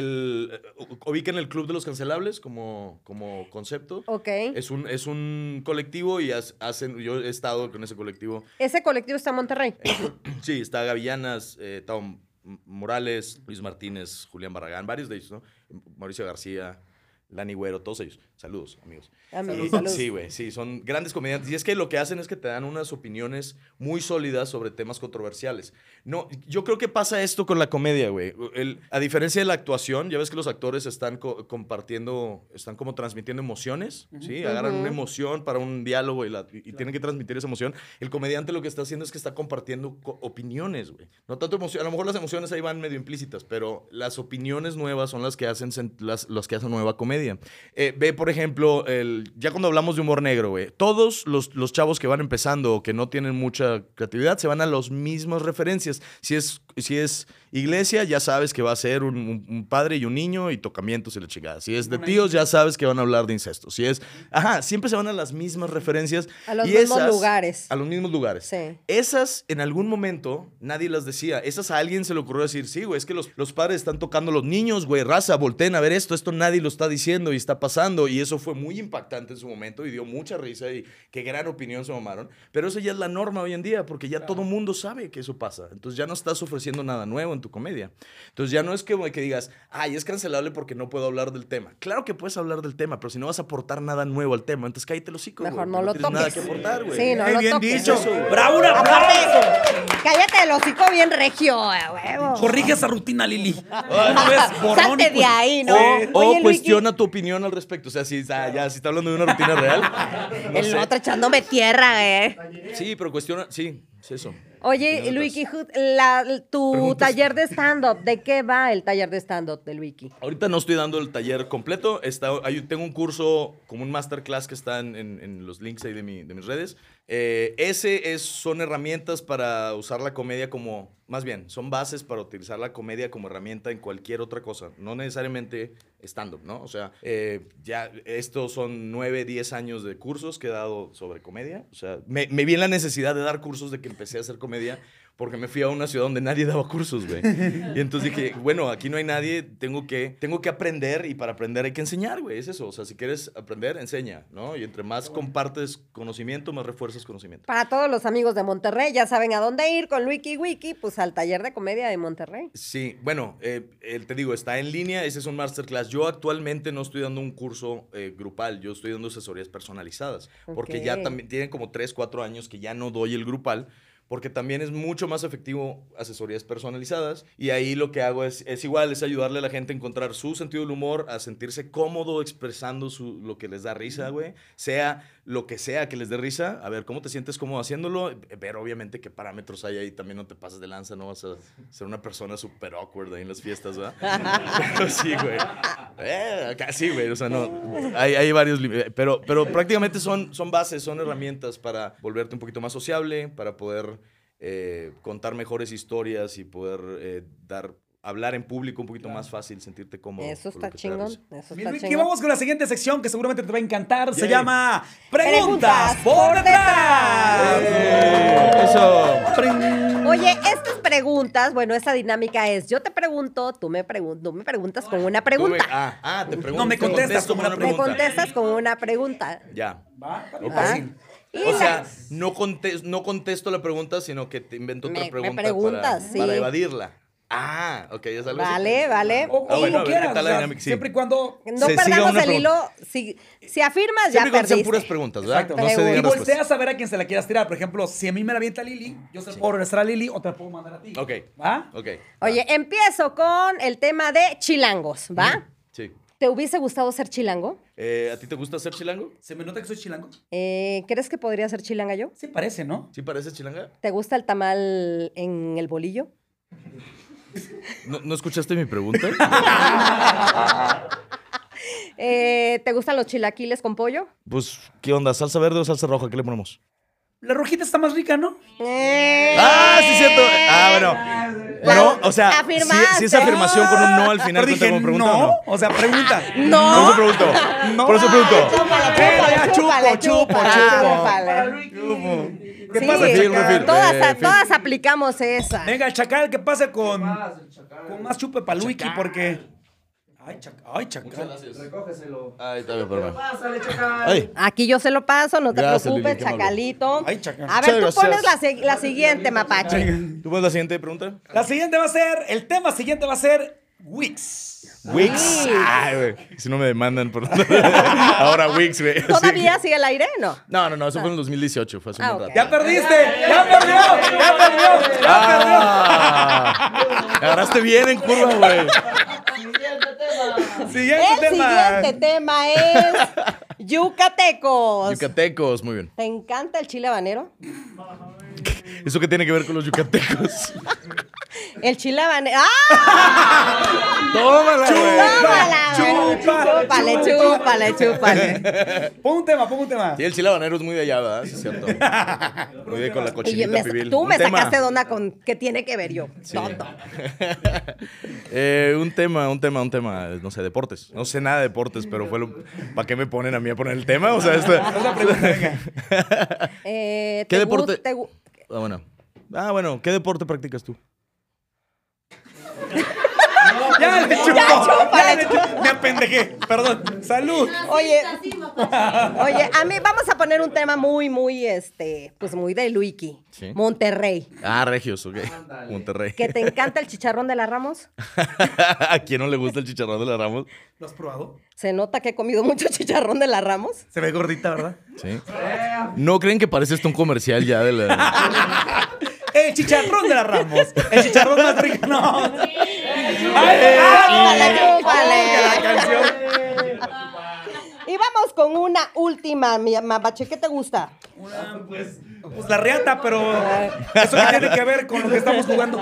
ubican el Club de los Cancelables como concepto? Ok. Es un colectivo y yo he estado con ese colectivo. ¿Ese colectivo está en Monterrey? Sí, está Gavillanas, Tao Morales, Luis Martínez, Julián Barragán, varios de ellos, ¿no? Mauricio García, Lani Güero, todos ellos. Saludos, amigos. Saludos. Sí, güey, sí, son grandes comediantes. Y es que lo que hacen es que te dan unas opiniones muy sólidas sobre temas controversiales. No, yo creo que pasa esto con la comedia, güey. A diferencia de la actuación, ya ves que los actores están compartiendo, están como transmitiendo emociones, ¿sí? Agarran una emoción para un diálogo y tienen que transmitir esa emoción. El comediante lo que está haciendo es que está compartiendo opiniones, güey. No tanto emoción, a lo mejor las emociones ahí van medio implícitas, pero las opiniones nuevas son las que hacen las que hacen nueva comedia. Ve, por ejemplo, ya cuando hablamos de humor negro, güey, todos los chavos que van empezando o que no tienen mucha creatividad se van a las mismas referencias. Si es iglesia, ya sabes que va a ser un padre y un niño y tocamientos y la chingada. Si es de tíos, ya sabes que van a hablar de incesto. Siempre se van a las mismas referencias. A los mismos lugares. A los mismos lugares. Sí. Esas, en algún momento, nadie las decía. Esas a alguien se le ocurrió decir, sí, güey, es que los padres están tocando a los niños, güey, raza, volteen a ver esto nadie lo está diciendo y está pasando. Y eso fue muy impactante en su momento y dio mucha risa y qué gran opinión se mamaron. Pero eso ya es la norma hoy en día porque ya todo mundo sabe que eso pasa. Entonces ya no estás ofreciendo nada nuevo en tu comedia. Entonces ya no es que digas, es cancelable porque no puedo hablar del tema. Claro que puedes hablar del tema, pero si no vas a aportar nada nuevo al tema, entonces cállate el hocico, güey. Mejor no lo tienes toques. nada que aportar, güey. Sí, no lo Bien toques. dicho. Eso, güey. ¡Bravo, un aplauso! Cállate el hocico bien regio, huevo. Corrige esa rutina, Lili. No ves borrón y Salte de ahí, ¿no? O Oye, Luigi, cuestiona tu opinión al respecto. O sea, si está hablando de una rutina real. No el sé. otro echándome tierra, Sí, pero cuestiona. Sí, es eso. Oye, Luiki, tu Preguntas. taller de stand-up, ¿de qué va el taller de stand-up de Luiki? Ahorita no estoy dando el taller completo. Tengo un curso, como un masterclass que está en los links ahí de mis redes. Son herramientas para usar la comedia más bien, son bases para utilizar la comedia como herramienta en cualquier otra cosa. No necesariamente stand-up, ¿no? O sea, ya estos son 9, 10 años de cursos que he dado sobre comedia. O sea, me vi en la necesidad de dar cursos de que empecé a hacer comedia porque me fui a una ciudad donde nadie daba cursos, güey. Y entonces dije, bueno, aquí no hay nadie, tengo que aprender y para aprender hay que enseñar, güey. Es eso, o sea, si quieres aprender, enseña, ¿no? Y entre más compartes conocimiento, más refuerzas conocimiento. Para todos los amigos de Monterrey, ya saben a dónde ir con Luiki Wiki, pues al taller de comedia de Monterrey. Sí, bueno, te digo, está en línea, ese es un masterclass. Yo actualmente no estoy dando un curso grupal, yo estoy dando asesorías personalizadas, porque ya también tienen como 3, 4 años que ya no doy el grupal, porque también es mucho más efectivo asesorías personalizadas y ahí lo que hago es ayudarle a la gente a encontrar su sentido del humor, a sentirse cómodo expresando lo que les da risa, güey, sea lo que sea que les dé risa, a ver cómo te sientes cómodo haciéndolo, ver obviamente qué parámetros hay ahí, también no te pases de lanza, no vas a ser una persona súper awkward ahí en las fiestas, ¿verdad? Pero sí, güey. Sí, güey, o sea, no, hay varios, pero prácticamente son bases, son herramientas para volverte un poquito más sociable, para poder contar mejores historias y poder hablar en público un poquito más fácil, sentirte cómodo. Eso está chingón. Eso Bien, está Luiki, chingón. vamos con la siguiente sección que seguramente te va a encantar. Se Yay. llama Preguntas Preguntas por detrás. Eso. Oye, esta es preguntas, bueno, esa dinámica es, yo te pregunto, tú me preguntas con una pregunta. Te pregunto. No, me contestas contesto con una Me pregunta. contestas con una pregunta. Ya. ¿Va? Está Ok. fácil. Y O la- sea, no contesto la pregunta, sino que te invento otra Me pregunta preguntas, sí. para evadirla. Ah, ok, ya sabes. Vale. O Ah, bueno, a como ver, quieras. ¿qué tal la o sea, dinámica? Sí. Siempre y cuando. No Se siga perdamos una el hilo. Si afirmas, ya Siempre y cuando sean perdiste. puras preguntas, ¿verdad? Exacto. No se Pregunta. digan Y respuestas. volteas a ver a quién se la quieras tirar. Por ejemplo, si a mí me la avienta Lili, yo se la puedo regresar a Lili o te la puedo mandar a ti. Ok. ¿Va? Ok. Oye, empiezo con el tema de chilangos, ¿va? Sí. ¿Te hubiese gustado ser chilango? ¿A ti te gusta ser chilango? ¿Se me nota que soy chilango? ¿Crees que podría ser chilanga yo? Sí, parece, ¿no? ¿Sí pareces chilanga? ¿Te gusta el tamal en el bolillo? ¿No escuchaste mi pregunta? ¿Te gustan los chilaquiles con pollo? Pues, ¿qué onda? ¿Salsa verde o salsa roja? ¿Qué le ponemos? La rojita está más rica, ¿no? ¡Ah, sí es cierto! Ah, bueno. Bueno, o sea, si es afirmación con un no al final, Pero ¿cuenta dije, como pregunta no. o no? O sea, pregunta. No. Por eso pregunto. No. Por eso pregunto. Chúpale. ¿Qué Sí, pasa, Refil, chacal? refil. Todas aplicamos esa. Venga, el chacal, ¿qué pasa con más chupe para Luiki? Porque. Ay, chacal. Ay, está bien, perdón. Pásale, chacal. Ay, Aquí yo se lo paso, no te Gracias, preocupes, Lili, qué amable. chacalito. Ay, chacal. A ver, tú Muchas pones gracias. la siguiente, mapache. ¿tú pones la siguiente pregunta? La siguiente va a ser. El tema siguiente va a ser Wix. Wix. Ay, güey. Si no me demandan por. Ahora Wix, güey. ¿Todavía sigue el aire? No. No, eso fue en el 2018. Fue hace un Ah, buen ok. rato. ¡Ya perdiste! ¡Ya perdió! ¡Ya perdió! ¡Ah! Me agarraste bien en curva, güey. Siguiente El tema. siguiente tema es yucatecos. Yucatecos, muy bien. ¿Te encanta el chile habanero? ¿Eso qué tiene que ver con los yucatecos? El chile habanero. ¡Ah! ¡Tómala, Tómala, güey. Chúpale. Pon un tema. Sí, el chile habanero es muy de allá, ¿verdad? Sí, es cierto. Muy de con la Y cochinita pibil. tú Un me tema. sacaste de onda con qué tiene que ver yo. Sí. Tonto. Un tema, no sé, deportes. No sé nada de deportes, pero fue lo... ¿Para qué me ponen a mí a poner el tema? O sea, Otra pregunta, venga. ¿Qué deporte? Bueno, ¿qué deporte practicas tú? Ya le chupó. Ya le chupó. Me apendejé. Perdón. Salud. Oye, a mí vamos a poner un tema muy, pues muy de Luiki. Sí. Monterrey. Ah, Regios, ok. Monterrey. ¿Que te encanta el chicharrón de la Ramos? ¿A quién no le gusta el chicharrón de la Ramos? ¿Lo has probado? Se nota que he comido mucho chicharrón de la Ramos. Se ve gordita, ¿verdad? Sí. ¿No creen que parece esto un comercial ya de la... El chicharrón de la Ramos. El chicharrón más rico. No. Chúpale. La canción. Y vamos con una última, mi mapache. ¿Qué te gusta? Pues la reata, pero eso que tiene que ver con lo que estamos jugando.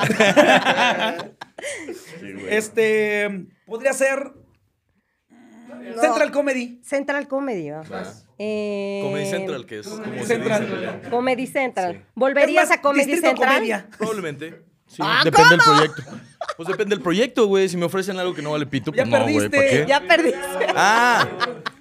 Podría ser Central Comedy. Central Comedy. ¿va? Comedy Central, que es como se Central. dice. Comedy Central. Sí. ¿Volverías Es más, a Comedy Distrito Central? Comedia. Probablemente. Sí, Ah, depende del ¿cómo? proyecto. Pues depende del proyecto, güey. Si me ofrecen algo que no vale pito, pues Ya no, güey. ¿Para perdiste. qué? Ya perdiste. Ah,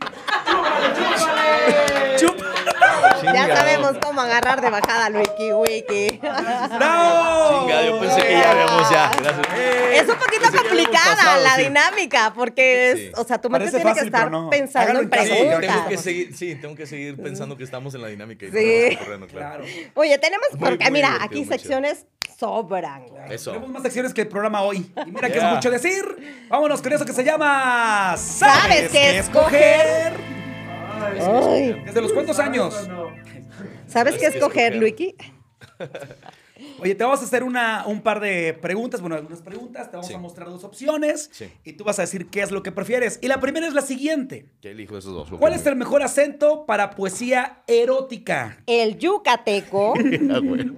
Chup. Ya sabemos cómo agarrar de bajada al wiki. ¡Bravo! Chinga, yo pensé que ya habíamos ya. Gracias. Es un poquito Pensé que habíamos complicada pasado, la sí. dinámica, porque es, Sí. o sea, tu mente Parece tiene que fácil, estar pero no. pensando Háganlo en en casa. preguntas. Tengo que seguir pensando que estamos en la dinámica. Y Sí. no estamos corriendo, claro. Oye, tenemos, Muy, porque muy mira, divertido, aquí muy chido. secciones sobran. Eso. Tenemos más secciones que el programa hoy. Y mira que es Yeah. mucho decir. Vámonos con eso que se llama ¿Sabes qué escoger? Ay, ¿Desde los cuántos años? ¿sabes qué escoger, Luiki? Oye, te vamos a hacer un par de preguntas, bueno, algunas preguntas, te vamos Sí. a mostrar dos opciones Sí. y tú vas a decir qué es lo que prefieres. Y la primera es la siguiente. ¿Qué elijo de esos dos? ¿Cuál es el mejor acento para poesía erótica? El yucateco. Ah, güey.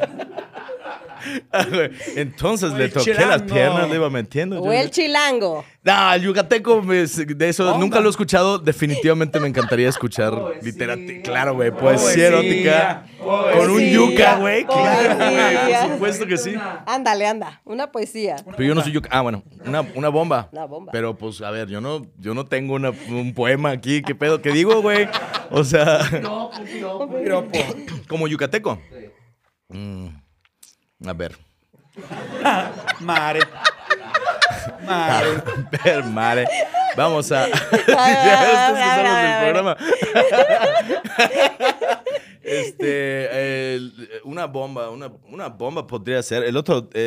Ah, güey. Entonces O le el toqué las chilango. piernas, le iba metiendo. O el chilango. No, el yucateco, de eso Onda. nunca lo he escuchado. Definitivamente me encantaría escuchar literatura. Claro, güey, poesía Poesía, erótica. Con un poesía, yuca, güey. Claro, güey. poesía. Por supuesto que sí. Ándale, anda. Una poesía. Pero yo no soy yuca. Ah, bueno, una bomba. Una bomba. Pero pues, a ver, yo no tengo un poema aquí. ¿Qué pedo? ¿Qué digo, güey? O sea, Piropo. como yucateco. A ver. Mare. Mare. Vamos a... Ya estos que somos del programa. Una bomba podría ser. El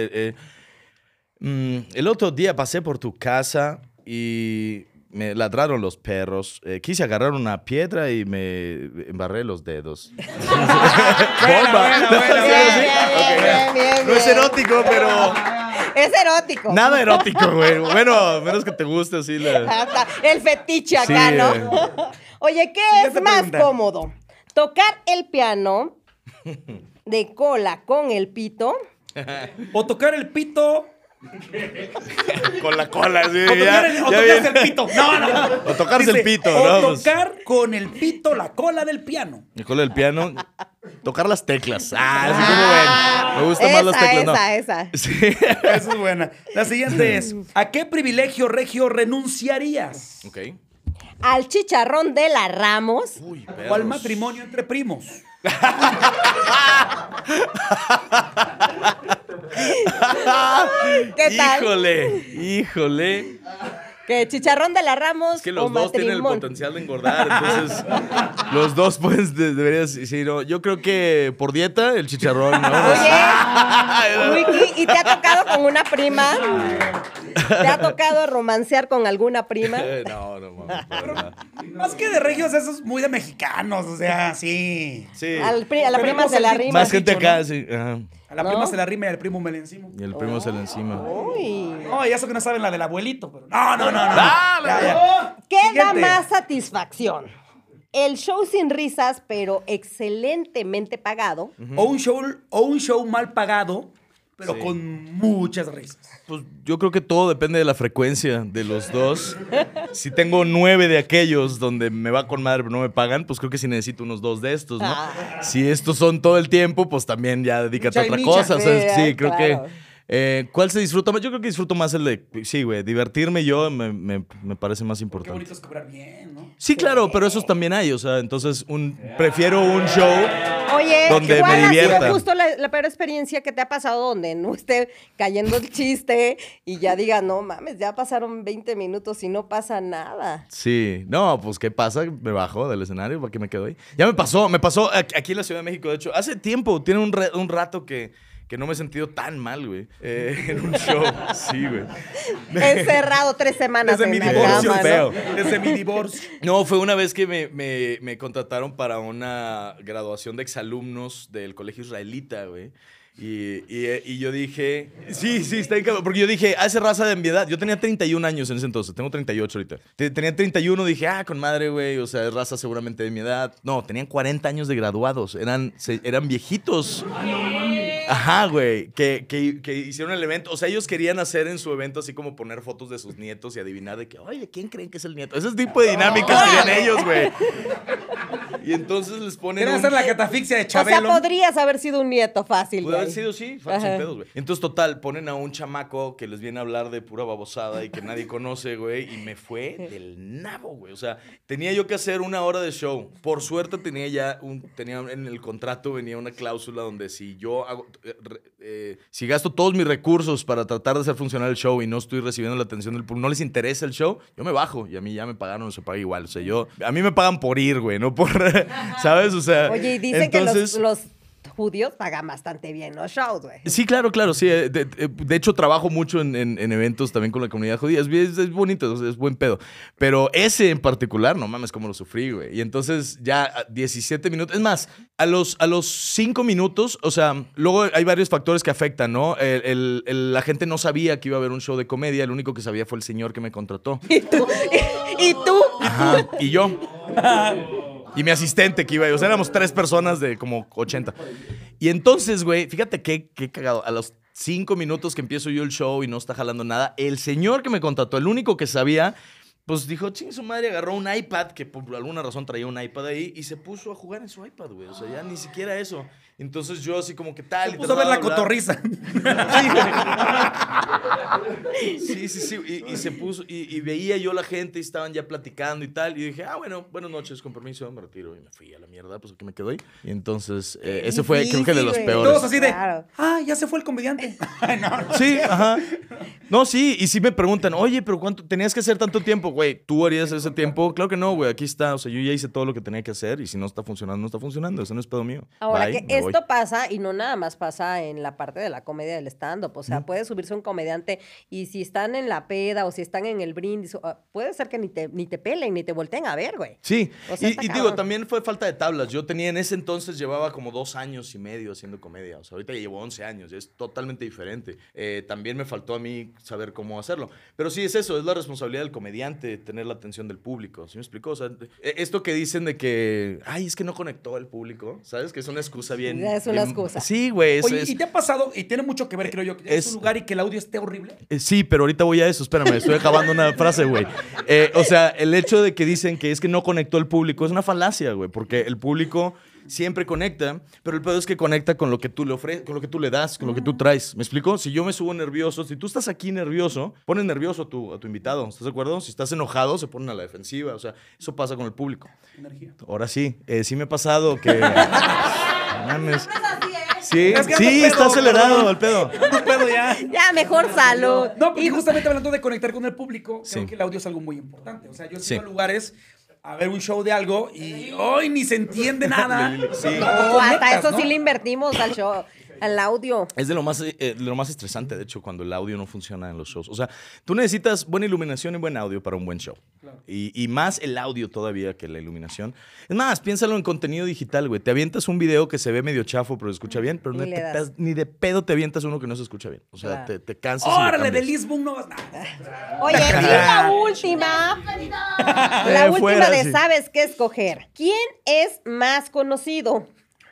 otro día pasé por tu casa y me ladraron los perros. Quise agarrar una piedra y me embarré los dedos. Bomba. Bien. No es erótico, pero... Es erótico. Nada erótico, güey. Bueno, menos que te guste así Hasta el fetiche acá, Sí, ¿no? Oye, ¿qué Siguiente es más pregunta. cómodo? ¿Tocar el piano de cola con el pito? O tocar el pito. Con la cola, sí. O tocarse el pito. No. O tocarse el pito, o ¿no? Pues- tocar con el pito la cola del piano. La cola del piano. Tocar las teclas. Así como ven. Me gustan más las teclas, ¿no? Esa. Sí. Esa es buena. La siguiente es: ¿a qué privilegio regio renunciarías? Ok. Al chicharrón de la Ramos. Uy, ¿O al matrimonio entre primos? ¿Qué tal? Híjole. Que chicharrón de la Ramos Es que o los dos tienen el matrimonio. potencial de engordar, entonces los dos pues deberías, sí, no, yo creo que por dieta el chicharrón, ¿no? Oye, Wiki, ¿y te ha tocado con una prima? ¿Te ha tocado romancear con alguna prima? No, mames, para nada. Más que de regios, eso es muy de mexicanos. O sea, sí. Sí. A la prima Tenemos se la el rima. Más gente dicho, acá, ¿no? sí. Ajá. A la ¿No? prima se la rima y al primo me la encima. Y el primo se le encima. Uy. No, y eso que no saben la del abuelito, pero. No. Dale, Ya. ¿Qué da Siguiente. más satisfacción? El show sin risas, pero excelentemente pagado. O un show mal pagado, pero Sí. con muchas risas. Pues yo creo que todo depende de la frecuencia de los dos. Si tengo 9 de aquellos donde me va con madre pero no me pagan, pues creo que sí necesito unos 2 de estos, ¿no? Ah. Si estos son todo el tiempo, pues también ya dedícate a Micha y otra micha. cosa. O sea, Sí, sí, creo claro. que... ¿cuál se disfruta más? Yo creo que disfruto más el de... Sí, güey, divertirme yo me parece más Qué importante. bonito es cobrar bien, ¿no? Sí, claro, pero esos también hay, o sea, entonces prefiero un show... Oye, Donde ¿cuál me ha sido divierta. justo la peor experiencia que te ha pasado donde no esté cayendo el chiste y ya diga, no mames, ya pasaron 20 minutos y no pasa nada? Sí, no, pues ¿qué pasa? Me bajo del escenario, ¿para qué me quedo ahí? Ya me pasó aquí en la Ciudad de México, de hecho, hace tiempo, tiene un rato que no me he sentido tan mal, güey, en un show, sí, güey. Encerrado 3 semanas Desde mi en la divorcio. cama, feo. ¿no? Desde mi divorcio. No, fue una vez que me contrataron para una graduación de exalumnos del colegio israelita, güey. Y yo dije, sí, está bien cabrón, porque yo dije, esa raza de mi edad, yo tenía 31 años en ese entonces, tengo 38 ahorita. Tenía 31, dije, con madre, güey, o sea, es raza seguramente de mi edad. No, tenían 40 años de graduados, eran viejitos. Ajá, güey, que hicieron el evento, o sea, ellos querían hacer en su evento así como poner fotos de sus nietos y adivinar de que, oye, ¿quién creen que es el nieto? Ese tipo de dinámicas querían ellos, güey. Y entonces les ponen Quieren hacer la catafixia de O sea, Chabelo. podrías haber sido un nieto fácil. Puede haber güey. sido, sí, sin Ajá. pedos, güey. Entonces, total, ponen a un chamaco que les viene a hablar de pura babosada y que nadie conoce, güey, y me fue del nabo, güey. O sea, tenía yo que hacer 1 hora de show. Por suerte tenía en el contrato venía una cláusula donde si yo hago, si gasto todos mis recursos para tratar de hacer funcionar el show y no estoy recibiendo la atención del público, no les interesa el show, yo me bajo y a mí ya me pagaron, se paga igual. O sea, a mí me pagan por ir, güey, no por, ¿sabes? O sea, Oye, y dicen entonces, que los judíos pagan bastante bien los shows, güey. Sí, claro, sí. De hecho, trabajo mucho en eventos también con la comunidad judía. Es bonito, es buen pedo. Pero ese en particular, no mames, cómo lo sufrí, güey. Y entonces ya a 17 minutos. Es más, a los 5 minutos, o sea, luego hay varios factores que afectan, ¿no? La gente no sabía que iba a haber un show de comedia. El único que sabía fue el señor que me contrató. ¿Y tú? Ajá, y yo. Y mi asistente que iba, o sea, éramos 3 personas de como 80. Y entonces, güey, fíjate qué cagado. A los 5 minutos que empiezo yo el show y no está jalando nada, el señor que me contrató, el único que sabía, pues dijo, ching, su madre, agarró un iPad, que por alguna razón traía un iPad ahí, y se puso a jugar en su iPad, güey. O sea, ya ni siquiera eso. Entonces yo así como que tal. Se puso a ver la cotorriza. Sí. Y se puso, y veía yo la gente y estaban ya platicando y tal. Y dije, bueno, buenas noches, con permiso, me retiro. Y me fui a la mierda, pues aquí me quedo ahí. Y entonces, ese fue, creo que de los peores. Todos así de, Claro. ya se fue el comediante. No. Sí, ajá. No, sí, y sí me preguntan, oye, pero ¿cuánto tenías que hacer tanto tiempo, güey? ¿Tú harías ese tiempo? Claro que no, güey, aquí está. O sea, yo ya hice todo lo que tenía que hacer y si no está funcionando, no está funcionando. Eso no es pedo mío. Ahora, Bye, que me voy. esto pasa, y no nada más pasa en la parte de la comedia del stand-up, o sea, puede subirse un comediante y si están en la peda o si están en el brindis, puede ser que ni te pelen, ni te volteen a ver, güey. Sí, O sea, está y digo, cabrón. también fue falta de tablas. Yo tenía en ese entonces, llevaba como 2 años y medio haciendo comedia. O sea, ahorita ya llevo 11 años, es totalmente diferente. También me faltó a mí saber cómo hacerlo. Pero sí es eso, es la responsabilidad del comediante tener la atención del público. ¿Sí me explicó? O sea, esto que dicen de que, es que no conectó el público, ¿sabes? Que es una excusa bien... Es una bien- excusa. Sí, güey. Oye, ¿y te ha pasado, y tiene mucho que ver, creo yo, que es un lugar y que el audio esté horrible? Sí, pero ahorita voy a eso. Espérame, estoy acabando una frase, güey. O sea, el hecho de que dicen que es que no conectó el público es una falacia, güey, porque el público siempre conecta, pero el pedo es que conecta con lo que tú le ofreces, con lo que tú le das, con lo que tú traes. ¿Me explico? Si yo me subo nervioso, si tú estás aquí nervioso, pones nervioso a tu invitado. ¿Estás de acuerdo? Si estás enojado, se ponen a la defensiva. O sea, eso pasa con el público. Energía. Ahora sí, sí me ha pasado que... Mames. Sí, Es que sí, ando pedo, está acelerado perdón. el pedo. No puedo ya. Ya, mejor salud. No, porque justamente hablando de conectar con el público, creo Sí. que el audio es algo muy importante. O sea, yo he Sí. ido a lugares a ver un show de algo y hoy ni se entiende nada. Sí. No O hasta conectas, eso ¿no? sí le invertimos al show, al audio. Es de lo más estresante, de hecho, cuando el audio no funciona en los shows. O sea, tú necesitas buena iluminación y buen audio para un buen show. Claro. Y más el audio todavía que la iluminación. Es más, piénsalo en contenido digital, güey. Te avientas un video que se ve medio chafo, pero se escucha bien, pero Ni le das. ni de pedo te avientas uno que no se escucha bien. O sea, Claro. te cansas y le Órale, de cambias. Lisbon no vas nada. Oye, y la última. La última fuera, de sí. ¿sabes qué escoger? ¿Quién es más conocido?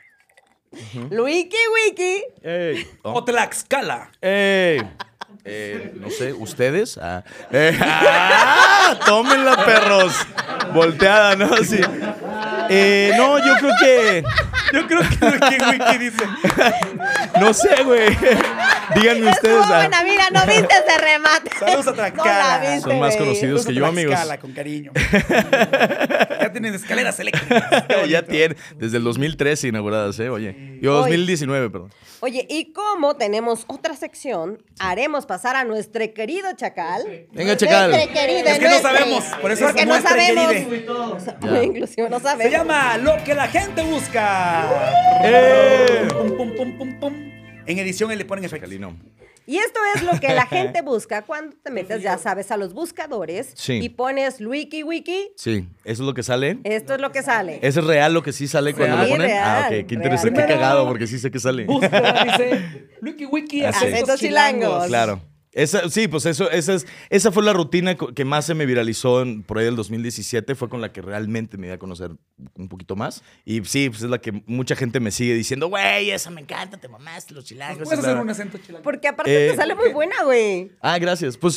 Luiki Wiki. ¡Ey! Oh. O Tlaxcala. ¡Ey! No sé, ¿ustedes? ¡Tómenla, perros! Volteada, ¿no? Sí. No, yo creo que... Yo creo que lo que Wiki dice. No sé, güey. Díganme ustedes. Estuvo buena, mira, no viste ese remate. Saludos a No Tlaxcala. la viste, Son más güey. conocidos Saludos que a yo, amigos. Tlaxcala, con cariño. Ya tienen escaleras eléctricas. Qué Ya bonito. tiene, desde el 2013 inauguradas, Oye. Yo, Oye. 2019, perdón. Oye, y como tenemos otra sección, haremos pasar a nuestro querido Chacal. Venga, Chacal. Nuestro querido, Es que no nuestro. sabemos, por eso Porque es no nuestro sabemos. querido. Ya. Inclusive no Se sabemos. llama Lo que la gente busca. ¡Eh! Pum, pum, pum, pum, pum. En edición le ponen efectos. Chacalino. Y esto es lo que la gente busca cuando te metes, ya sabes, a los buscadores Sí. y pones Wiki Wiki. Sí, eso es lo que sale. Esto es lo que sale. ¿Eso es real lo que sí sale cuando Real. lo ponen? Sí, Ok, real, qué interesante, real. qué cagado, porque sí sé que sale. Búsqueda, dice Wiki Wiki, Así. Acentos chilangos. Claro. Sí, pues esa fue la rutina que más se me viralizó por ahí del 2017. Fue con la que realmente me di a conocer un poquito más. Y sí, pues es la que mucha gente me sigue diciendo, güey, esa me encanta, te mamaste, los chilangos. ¿Puedes y bla, hacer bla". un acento chilango? Porque aparte Eh, te sale muy buena, güey. Gracias. Pues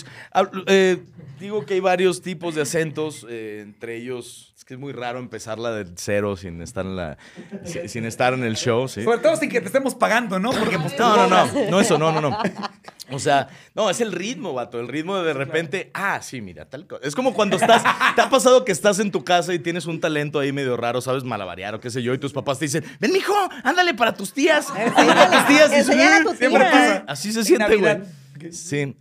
digo que hay varios tipos de acentos, entre ellos, es que es muy raro empezarla de cero sin estar sin estar en el show, ¿sí? Sobre todo sin que te estemos pagando, ¿no? Porque pues tú No, cobras. no. O sea, no, es el ritmo, vato. El ritmo de repente, sí, mira, tal cosa. Es como cuando ¿te ha pasado que estás en tu casa y tienes un talento ahí medio raro, sabes malabarear o qué sé yo, y tus papás te dicen, ven, mijo, ándale para tus tías. Para tus tías. Enseñar a tu Siempre tía. pasa. Así se En siente, güey. Navidad. Sí,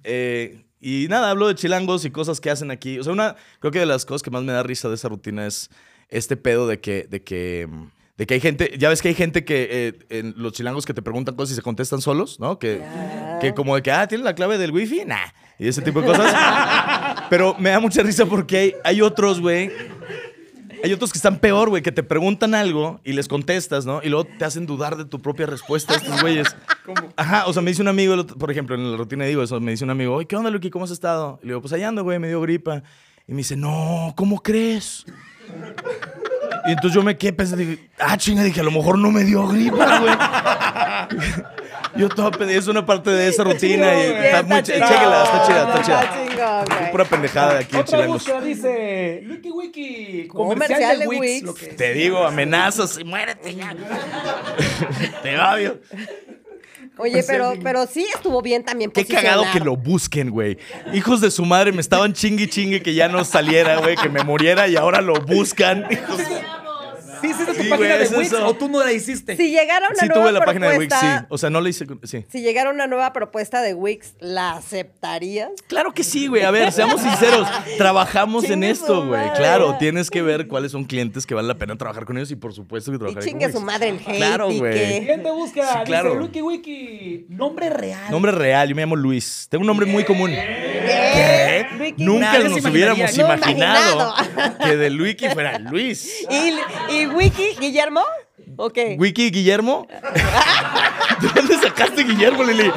y nada, hablo de chilangos y cosas que hacen aquí. O sea, creo que de las cosas que más me da risa de esa rutina es este pedo de que hay gente, ya ves que hay gente que en los chilangos que te preguntan cosas y se contestan solos, ¿no? Que como de que, ¿tienes la clave del wifi? Nah. Y ese tipo de cosas. Pero me da mucha risa porque hay otros, güey. Hay otros que están peor, güey, que te preguntan algo y les contestas, ¿no? Y luego te hacen dudar de tu propia respuesta estos güeyes. ¿Cómo? Ajá, o sea, me dice un amigo, por ejemplo, en la rutina digo eso, me dice un amigo, oye, ¿qué onda, Luqui? ¿Cómo has estado? Y le digo, pues allá ando, güey, me dio gripa. Y me dice, no, ¿cómo crees? Y entonces yo me quedé pensando, dije, chinga, dije, a lo mejor no me dio gripa, güey. Yo todo es una parte de esa rutina y está muy chéquela, está chida. Está chingón, güey. Pura pendejada de aquí en Otra Chilangos. búsqueda dice Wiki Wiki, Comercial de Wix. Wix. Lo que es. Te digo, amenazas y muérete ya. Te odio. Oye, pero sí estuvo bien también Qué cagado posicionar. que lo busquen, güey. Hijos de su madre me estaban chingue que ya no saliera, güey, que me muriera y ahora lo buscan. ¿Sí hiciste tu Sí, página güey, de es Wix eso. o tú no la hiciste? Si llegara una Sí nueva tuve la página de Wix, propuesta, sí. O sea, no la hice, sí. si llegara una nueva propuesta de Wix, ¿la aceptarías? Claro que sí, güey. A ver, seamos sinceros. Trabajamos en Chingue esto, su güey. madre. Claro, tienes que ver cuáles son clientes que vale la pena trabajar con ellos y por supuesto que Y trabajaré con chingue Wix. su madre el hate. Claro, y güey. que- Siguiente búsqueda, Sí, claro. dice Wiki Wiki, nombre real. Nombre real, yo me llamo Luis. Tengo un nombre muy común. ¿Qué? Wiki- Nunca Nadie nos se hubiéramos imaginaría. imaginado No, que de Wiki fuera Luis. ¿Y Wiki, Guillermo? ¿O qué? ¿Wiki Guillermo? ¿De dónde sacaste Guillermo, Lili?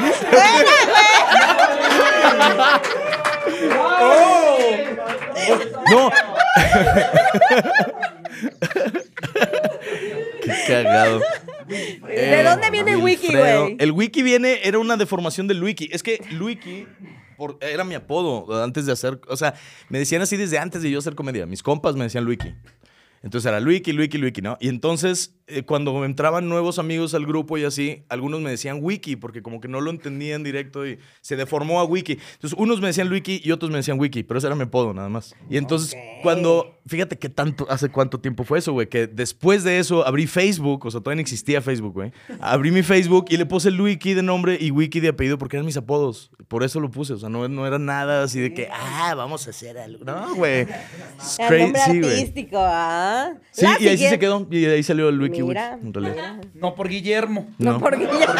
No. Qué cagado. ¿De dónde viene Wiki, Wilfredo. güey? El Wiki era una deformación del Wiki. Es que Wiki era mi apodo antes de hacer, o sea, me decían así desde antes de yo hacer comedia. Mis compas me decían Wiki. Entonces era Wiki, ¿no? Y entonces, cuando entraban nuevos amigos al grupo y así, algunos me decían Wiki, porque como que no lo entendían directo y se deformó a Wiki. Entonces, unos me decían Wiki y otros me decían Wiki, pero ese era mi apodo nada más. Y entonces, fíjate qué hace cuánto tiempo fue eso, güey, que después de eso abrí Facebook, o sea, todavía no existía Facebook, güey. Abrí mi Facebook y le puse Wiki de nombre y Wiki de apellido porque eran mis apodos. Por eso lo puse, o sea, no era nada así de que, vamos a hacer algo. No, güey. Es El nombre sí, güey. artístico, ¿ah? Sí, La y ahí sí siguiente- se quedó. Y de ahí salió el Wiki Wix, Mira, en realidad. No por Guillermo. No, porque ya...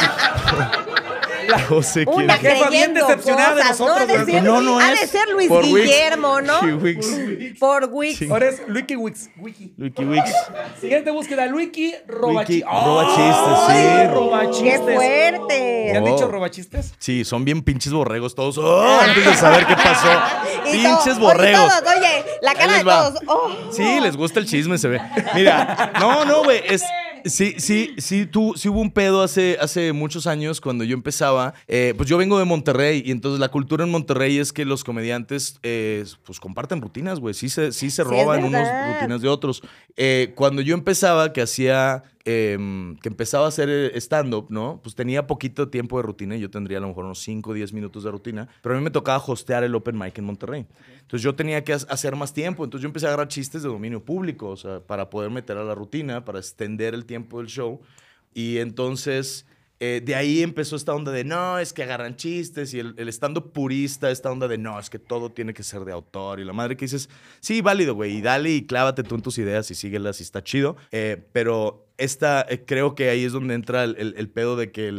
José Una quiere. jefa bien creyendo decepcionada de cosas, nosotros, ¿no? Ha de güey. ser, No ha es. de ser Luis Por Wix. Guillermo, ¿no? Wiki Wix. Por Wix. Ahora es Wiki Wix. Wiki. Wiki Wix. Siguiente búsqueda, Wiki roba Wiki chistes. roba chistes, sí. Roba ¡Qué chistes. ¿Te fuerte! han Oh. dicho roba chistes? Sí, son bien pinches borregos todos. ¡Oh! Antes de saber qué pasó. Y Pinches todos, borregos. Oye, todos, oye, la cara Ahí de les va. todos. Oh. Sí, les gusta el chisme, se ve. Mira, no, güey, sí hubo un pedo hace muchos años cuando yo empezaba. Pues yo vengo de Monterrey y entonces la cultura en Monterrey es que los comediantes pues comparten rutinas, güey. Sí se roban unos verdad. rutinas de otros. Cuando yo empezaba, que empezaba a hacer stand-up, ¿no? Pues tenía poquito tiempo de rutina y yo tendría a lo mejor unos 5 o 10 minutos de rutina, pero a mí me tocaba hostear el open mic en Monterrey. Entonces yo tenía que hacer más tiempo, entonces yo empecé a agarrar chistes de dominio público, o sea, para poder meter a la rutina, para extender el tiempo del show. Y entonces de ahí empezó esta onda de no, es que agarran chistes y el stand-up purista, esta onda de no, es que todo tiene que ser de autor y la madre que dices, sí, válido, güey, y dale y clávate tú en tus ideas y síguelas y está chido, pero creo que ahí es donde entra el pedo de que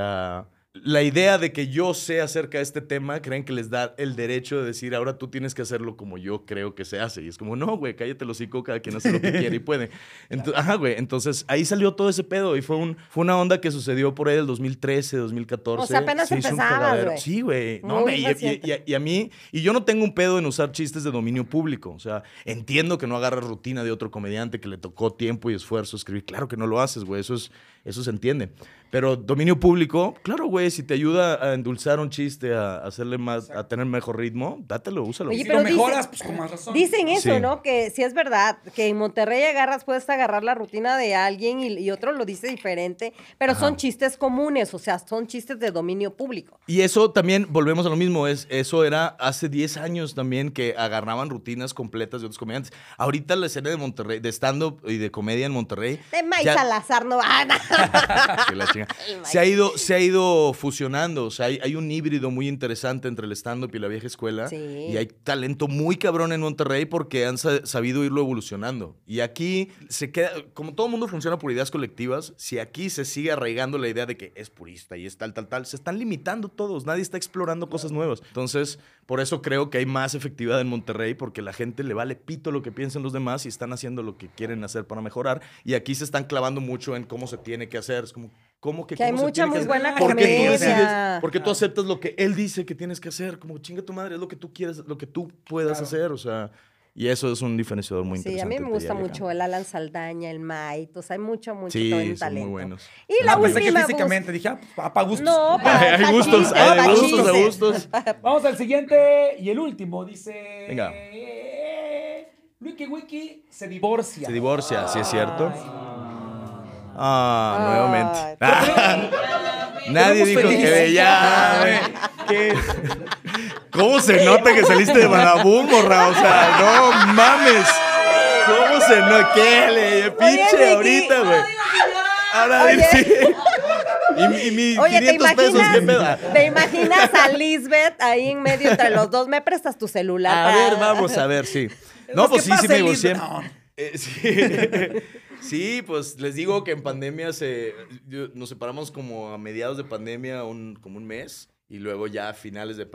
la idea de que yo sé acerca de este tema, creen que les da el derecho de decir, ahora tú tienes que hacerlo como yo creo que se hace. Y es como, no, güey, cállate el hocico, cada quien hace lo que quiere y puede. Güey, entonces ahí salió todo ese pedo y fue una onda que sucedió por ahí del 2013, 2014. O sea, apenas Se hizo un empezabas, cagadero. güey. Sí, güey. No, Muy güey, reciente. y a mí, y yo no tengo un pedo en usar chistes de dominio público. O sea, entiendo que no agarras rutina de otro comediante que le tocó tiempo y esfuerzo escribir. Claro que no lo haces, güey, eso se entiende. Pero dominio público, claro, güey, si te ayuda a endulzar un chiste, a hacerle más, a tener mejor ritmo, dátelo, úsalo. Oye, Si pero lo mejoras, pues con más razón. Dicen eso, Sí. ¿no? Que sí es verdad, que en Monterrey puedes agarrar la rutina de alguien y otro lo dice diferente, pero son chistes comunes, o sea, son chistes de dominio público. Y eso también, volvemos a lo mismo, eso era hace 10 años también que agarraban rutinas completas de otros comediantes. Ahorita la escena de Monterrey, de stand-up y de comedia en Monterrey. De Mike ya- Salazar, no. Que la chinga. Se ha ido fusionando, o sea, hay un híbrido muy interesante entre el stand-up y la vieja escuela. Sí. Y hay talento muy cabrón en Monterrey porque han sabido irlo evolucionando. Y aquí se queda, como todo mundo funciona por ideas colectivas, si aquí se sigue arraigando la idea de que es purista y es tal, se están limitando todos, nadie está explorando cosas nuevas. Entonces, por eso creo que hay más efectividad en Monterrey, porque la gente le vale pito lo que piensan los demás y están haciendo lo que quieren hacer para mejorar. Y aquí se están clavando mucho en cómo se tiene que hacer. Es como, ¿cómo que Que hay cómo se mucha tiene muy que hacer? buena ¿Por qué tú comedia. decides? ¿Por qué tú aceptas lo que él dice que tienes que hacer? Como chinga tu madre, es lo que tú quieres, lo que tú puedas hacer. O sea, Y eso es un diferenciador muy Sí, interesante. a mí me te gusta diría. mucho el Alan Saldaña, el Mike, o sea, hay mucho Sí, buen son talento. muy buenos. Y la Pensé que última físicamente, dije, para gustos. No, Hay gustos, chiste, hay pa' de gustos, chiste. de gustos. Vamos al siguiente y el último. Dice... Venga. Wiki Wiki se divorcia. Se divorcia, sí es cierto. Ay. Nuevamente. Nadie Estamos dijo felices. que ya, güey. ¿Qué? ¿Cómo se nota que saliste de Badabun, morra? O sea, no mames. ¿Cómo se nota? ¿Qué le pinche Vicky. ahorita, güey? Ahora Oye. sí. Y mi Oye, 500 pesos, ¿qué pedo? ¿te imaginas a Lisbeth ahí en medio entre los dos? ¿Me prestas tu celular? A para- ver, vamos a ver, sí. No, pues ¿Qué sí, sí pasa, me divorcié. Elizabeth? No. Sí. Sí, pues les digo que en pandemia nos separamos como a mediados de pandemia, como un mes, y luego ya a finales del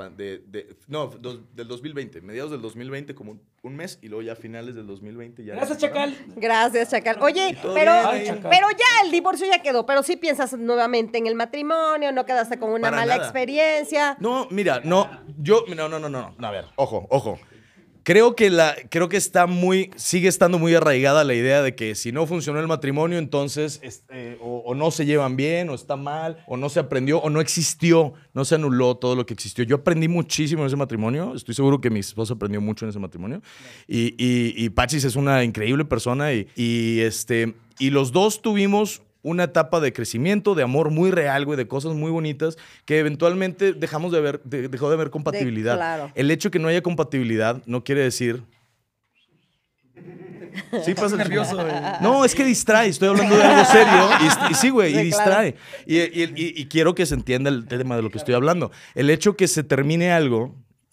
2020, mediados del 2020 como un mes, y luego ya a finales del 2020 ya. Gracias, Chacal. Gracias, Chacal. Oye, todo pero, bien, Ay, Chacal. pero ya el divorcio ya quedó, pero sí piensas nuevamente en el matrimonio, no quedaste con una Para mala nada. experiencia. No, mira, no, a ver, ojo. Creo que sigue estando muy arraigada la idea de que si no funcionó el matrimonio, entonces o no se llevan bien, o está mal, o no se aprendió, o no existió, no se anuló todo lo que existió. Yo aprendí muchísimo en ese matrimonio, estoy seguro que mi esposa aprendió mucho en ese matrimonio, y Pachis es una increíble persona, y los dos tuvimos una etapa de crecimiento, de amor muy real, güey, de cosas muy bonitas que eventualmente dejó de haber compatibilidad. claro. El hecho que no haya compatibilidad no quiere decir... Sí, pasa nervioso, güey. No, es que distrae. Estoy hablando de algo serio. Y sí, güey, Sí, y distrae. Y quiero que se entienda el tema de lo que estoy hablando. El hecho que se termine algo,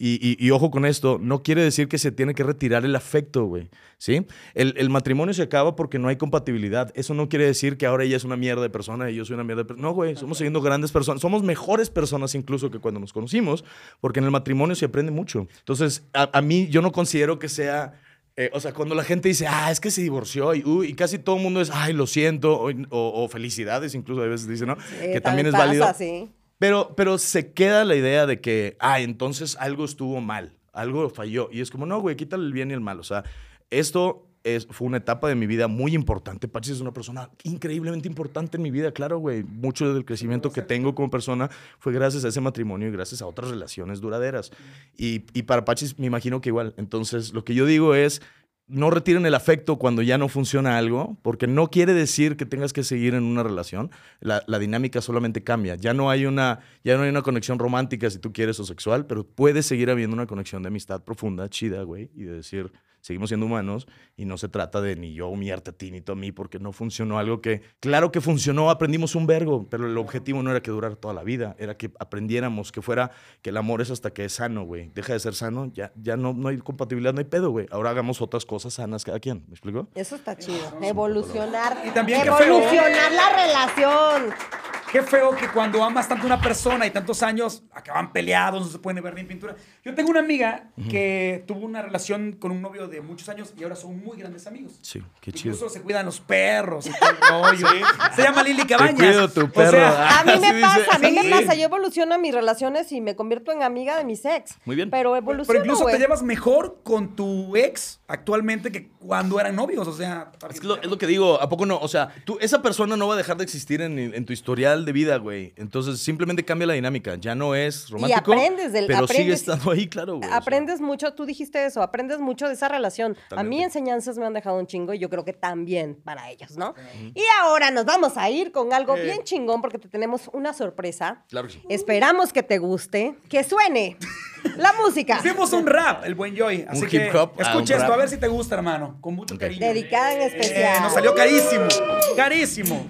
y ojo con esto, no quiere decir que se tiene que retirar el afecto, güey. ¿Sí? El matrimonio se acaba porque no hay compatibilidad. Eso no quiere decir que ahora ella es una mierda de persona y yo soy una mierda de persona. No, güey, somos siguiendo grandes personas. Somos mejores personas incluso que cuando nos conocimos, porque en el matrimonio se aprende mucho. Entonces, a mí, yo no considero que sea... o sea, cuando la gente dice, es que se divorció y casi todo el mundo es, lo siento, o felicidades, incluso a veces dicen, ¿no? Que también es válido. Sí. Pero se queda la idea de que, entonces algo estuvo mal, algo falló. Y es como, no, güey, quítale el bien y el mal. O sea, esto fue una etapa de mi vida muy importante. Pachis es una persona increíblemente importante en mi vida, claro, güey. Mucho del crecimiento que tengo como persona fue gracias a ese matrimonio y gracias a otras relaciones duraderas. Y para Pachis me imagino que igual. Entonces, lo que yo digo es, no retiren el afecto cuando ya no funciona algo, porque no quiere decir que tengas que seguir en una relación. La dinámica solamente cambia. Ya no hay una conexión romántica, si tú quieres, o sexual, pero puede seguir habiendo una conexión de amistad profunda, chida, güey, y de decir, seguimos siendo humanos y no se trata de ni yo humillarte a ti ni tú a mí porque no funcionó algo que, claro que funcionó, aprendimos un vergo, pero el objetivo no era que durara toda la vida, era que aprendiéramos que el amor es hasta que es sano, güey. Deja de ser sano, ya no hay compatibilidad, no hay pedo, güey. Ahora hagamos otras cosas sanas cada quien, ¿me explico? Eso está chido. Evolucionar. Y también qué feo. Evolucionar la relación. Qué feo que cuando amas tanto a una persona y tantos años acaban peleados, no se pueden ver ni en pintura. Yo tengo una amiga que tuvo una relación con un novio de muchos años y ahora son muy grandes amigos. Sí, qué chido. Incluso se cuidan los perros y todo el rollo. Se llama Lili Cabañas. Te cuido tu perro. O sea, A mí me Así pasa, dice. Yo evoluciono en mis relaciones y me convierto en amiga de mis ex. Muy bien. Pero pero evoluciono, incluso güey. te llevas mejor con tu ex actualmente que cuando eran novios. O sea, Es lo que digo, ¿a poco no? O sea, esa persona no va a dejar de existir en tu historial de vida, güey. Entonces, simplemente cambia la dinámica. Ya no es romántico, pero sigue estando ahí, claro, güey. Aprendes mucho, tú dijiste eso, aprendes mucho de esa relación. A mí Totalmente. enseñanzas me han dejado un chingo y yo creo que también para ellos, ¿no? Y ahora nos vamos a ir con algo bien chingón porque te tenemos una sorpresa. Claro que sí. Esperamos que te guste, que suene la música. Hicimos un rap, el buen Joy. Así Un que hip hop, escucha un esto, rap. a ver si te gusta, hermano. Con mucho cariño. Dedicada en especial. Nos salió carísimo. Carísimo.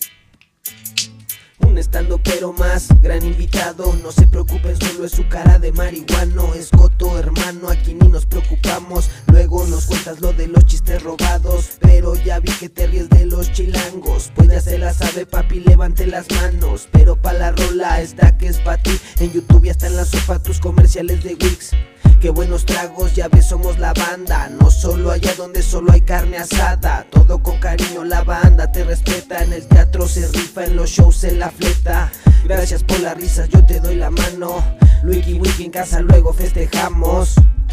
Un estando pero más, gran invitado. No se preocupen, solo es su cara de marihuano. Es Goto, hermano, aquí ni nos preocupamos. Luego nos cuentas lo de los chistes robados. Pero ya vi que te ríes de los chilangos. Pues ya se la sabe, papi, levante las manos. Pero pa' la rola esta que es pa' ti. En YouTube ya está en la sopa tus comerciales de Wix. Qué buenos tragos, ya ves, somos la banda. No solo allá donde solo hay carne asada. Todo con cariño, la banda te respeta. En el teatro se rifa, en los shows se la fleta. Gracias por las risas, yo te doy la mano. Wiki Wiki en casa, luego festejamos.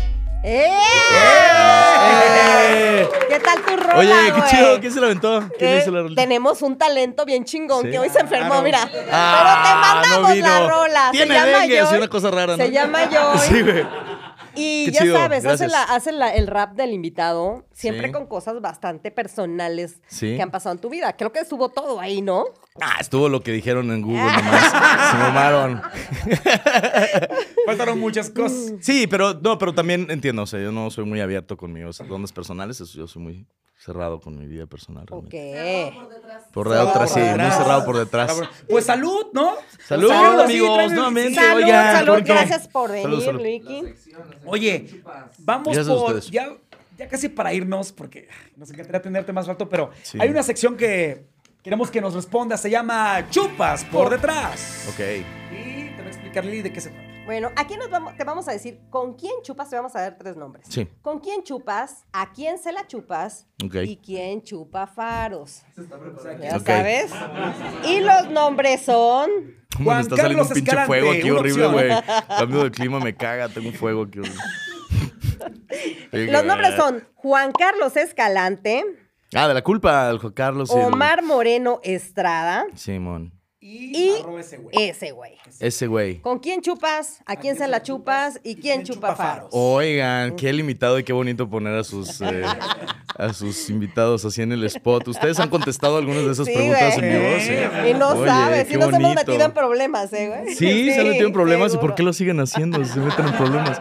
¿Qué tal tu rola, Oye, qué güey? chido. ¿Quién se la aventó? ¿Quién hizo la rola? Tenemos un talento bien chingón Sí. que hoy se enfermó, Claro. mira. Ah, Pero te mandamos no vino. la rola. Tiene se llama dengue, Joy. así una cosa rara, ¿no? Se llama Joy. Sí, güey. Y Qué ya chido, sabes, hace, gracias. el rap del invitado, siempre Sí. con cosas bastante personales Sí. que han pasado en tu vida. Creo que estuvo todo ahí, ¿no? Ah, estuvo lo que dijeron en Google nomás. Se mamaron. Faltaron muchas cosas. Sí, pero también entiendo, o sea, yo no soy muy abierto con mis ondas personales, yo soy muy cerrado con mi vida personal. Realmente. Ok. Por detrás, sí, muy detrás. cerrado por detrás. Pues salud, ¿no? Salud, Salud, amigos, sí, nuevamente. Salud, oigan, salud, qué bonito. gracias por venir, Salud, salud. Ricky. Oye, vamos Gracias a por... ustedes. Ya casi para irnos, porque nos encantaría tenerte más rato, pero Sí. hay una sección que queremos que nos responda. Se llama Chupas por detrás. Ok. Y te voy a explicar, Lili, de qué se trata. Bueno, aquí te vamos a decir con quién chupas, te vamos a dar 3 nombres. Sí. Con quién chupas, a quién se la chupas Ok. y quién chupa faros. Ya Ok. sabes. Y los nombres son... ¿Cómo Juan me está saliendo un Carlos pinche Escalante, fuego aquí una horrible, opción. güey? Cambio de clima me caga, tengo un fuego aquí horrible. Los nombres son Juan Carlos Escalante, Ah, de la culpa, al Juan Carlos. y el- Omar Moreno Estrada Simón. Y arroba ese güey. ese güey. Ese güey. ¿Con quién chupas? ¿A quién se la chupas? ¿Y quién chupa faros? Oigan, qué limitado y qué bonito poner a sus invitados así en el spot. ¿Ustedes han contestado algunas de esas Sí, preguntas güey. en vivo? Sí. Y no Oye, sabes, qué si nos hemos bonito. metido en problemas, güey. Sí, se han metido en problemas. ¿Y por seguro. qué lo siguen haciendo? Se meten en problemas.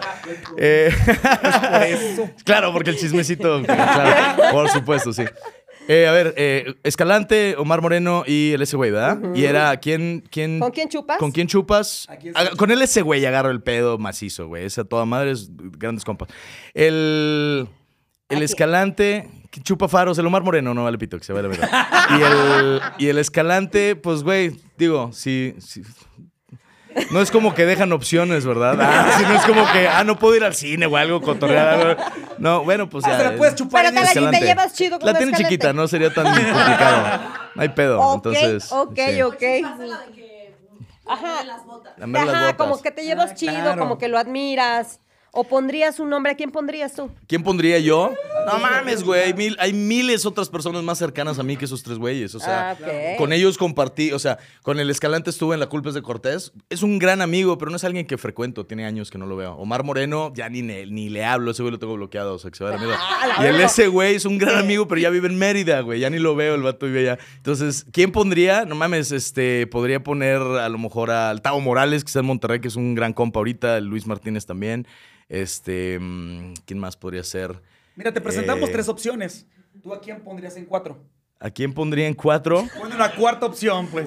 Claro, porque el chismecito. Claro, por supuesto, sí. A ver, Escalante, Omar Moreno y el ese güey, ¿verdad? Y era, ¿quién? ¿Con quién chupas? ¿Con quién chupas? ¿A quién se- Con él ese güey agarro el pedo macizo, güey. Esa toda madre es grandes compas. El Aquí. Escalante, que chupa faros. El Omar Moreno, no vale pito, que se vaya a ver. Y el Escalante, pues, güey, digo, sí. No es como que dejan opciones, ¿verdad? Si no es como que, no puedo ir al cine o algo, cotorrear algo. No, bueno, pues ya. Se la puedes chupar. Pero te la- Escalante. te llevas chido con La tienen Escalante. chiquita, no sería tan complicado. No hay pedo. Ok, Entonces. ok, sí. ok. Ajá. Las botas. Lamer las Ajá, botas. como que te llevas chido, claro. como que lo admiras. ¿O pondrías un nombre? ¿A quién pondrías tú? ¿Quién pondría yo? No mames, güey. Hay miles otras personas más cercanas a mí que esos 3 güeyes. O sea, Ok. con ellos compartí, o sea, con el Escalante estuve en La Culpa es de Cortés. Es un gran amigo, pero no es alguien que frecuento. Tiene años que no lo veo. Omar Moreno, ya ni le hablo. Ese güey lo tengo bloqueado, o sea, que se va a la mierda. Y el ese güey es un gran amigo, pero ya vive en Mérida, güey. Ya ni lo veo, el vato vive allá. Entonces, ¿quién pondría? No mames, podría poner a lo mejor al Tavo Morales, que está en Monterrey, que es un gran compa ahorita. El Luis Martínez también. ¿Quién más podría ser? Mira, te presentamos Eh, 3 opciones. ¿Tú a quién pondrías en 4? ¿A quién pondría en 4? Pon una cuarta opción, pues.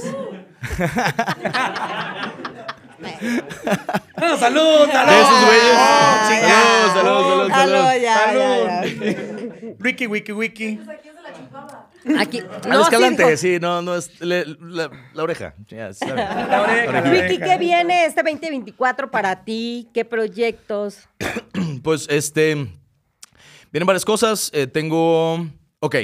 ¡Salud, salud! De esos güeyes. ¡Oh, chingado! Salud, salud, Salud, ya, Salud. ya. Wiki, wiki, wiki. Aquí. Al Escalante, dijo. sí, no es la oreja. Ya, sabe. La oreja, la Ricky, oreja. ¿qué viene este 2024 para ti? ¿Qué proyectos? Pues, vienen varias cosas. Tengo... Ok,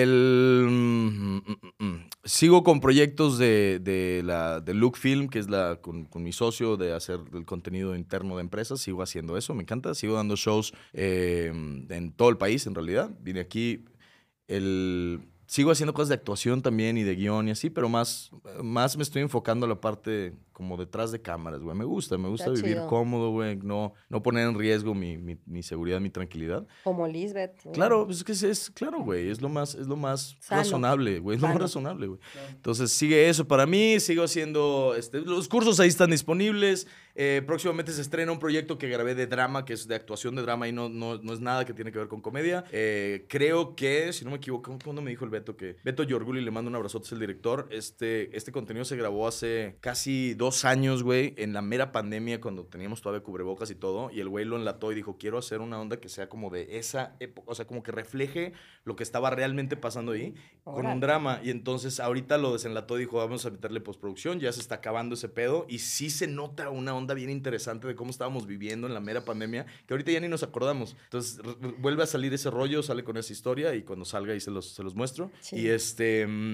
sigo con proyectos de Look Film, que es con mi socio de hacer el contenido interno de empresas. Sigo haciendo eso, me encanta. Sigo dando shows en todo el país, en realidad. Vine aquí. Sigo haciendo cosas de actuación también y de guión y así, pero más me estoy enfocando a la parte como detrás de cámaras, güey. Me gusta Está vivir chido. cómodo, güey. No poner en riesgo mi seguridad, mi tranquilidad. Como Lisbeth. Claro, pues es que claro, güey. Es lo más Sano. razonable, güey. Es lo más Sano. razonable, güey. Entonces sigue eso para mí. Sigo haciendo los cursos ahí están disponibles. Próximamente se estrena un proyecto que grabé de drama, que es de actuación de drama y no es nada que tiene que ver con comedia. Creo que, si no me equivoco, ¿cuándo me dijo el Beto que Beto Yorguli, le mando un abrazote, es el director? Este contenido se grabó hace casi 2 años, güey, en la mera pandemia, cuando teníamos todavía cubrebocas y todo, y el güey lo enlató y dijo, quiero hacer una onda que sea como de esa época, o sea, como que refleje lo que estaba realmente pasando ahí, con Órale. un drama. Y entonces ahorita lo desenlató y dijo, vamos a meterle postproducción, ya se está acabando ese pedo, y sí se nota una onda bien interesante de cómo estábamos viviendo en la mera pandemia, que ahorita ya ni nos acordamos. Entonces vuelve a salir ese rollo, sale con esa historia, y cuando salga ahí se los muestro. Sí. Y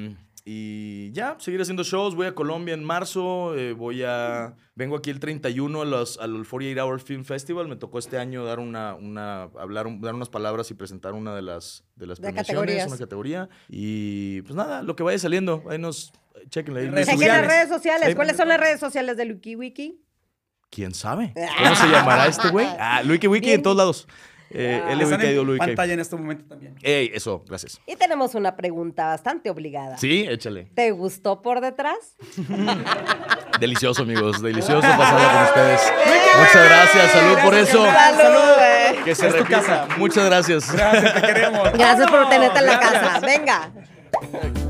Y ya, seguir haciendo shows. Voy a Colombia en marzo. Vengo aquí el 31 al 48 Hour Film Festival. Me tocó este año dar dar unas palabras y presentar una de las premiaciones, categorías. una categoría. Y pues nada, lo que vaya saliendo. Ahí chequenle. Ahí Redes Chequen subimos. las redes sociales. Ahí- ¿Cuáles son las redes sociales de Luiki Wiki? ¿Quién sabe? ¿Cómo se llamará este güey? Luiki Wiki en todos lados. Están LWK, en WK. pantalla en este momento también. Ey, eso, gracias. Y tenemos una pregunta bastante obligada. Sí, échale. ¿Te gustó por detrás? Delicioso, amigos. Delicioso pasarla con ustedes. Muchas gracias. Salud por eso. ¡Salud! Que se Es tu repita. casa. Muchas gracias. Gracias, te queremos. Gracias por tenerte en la Gracias. casa. Venga.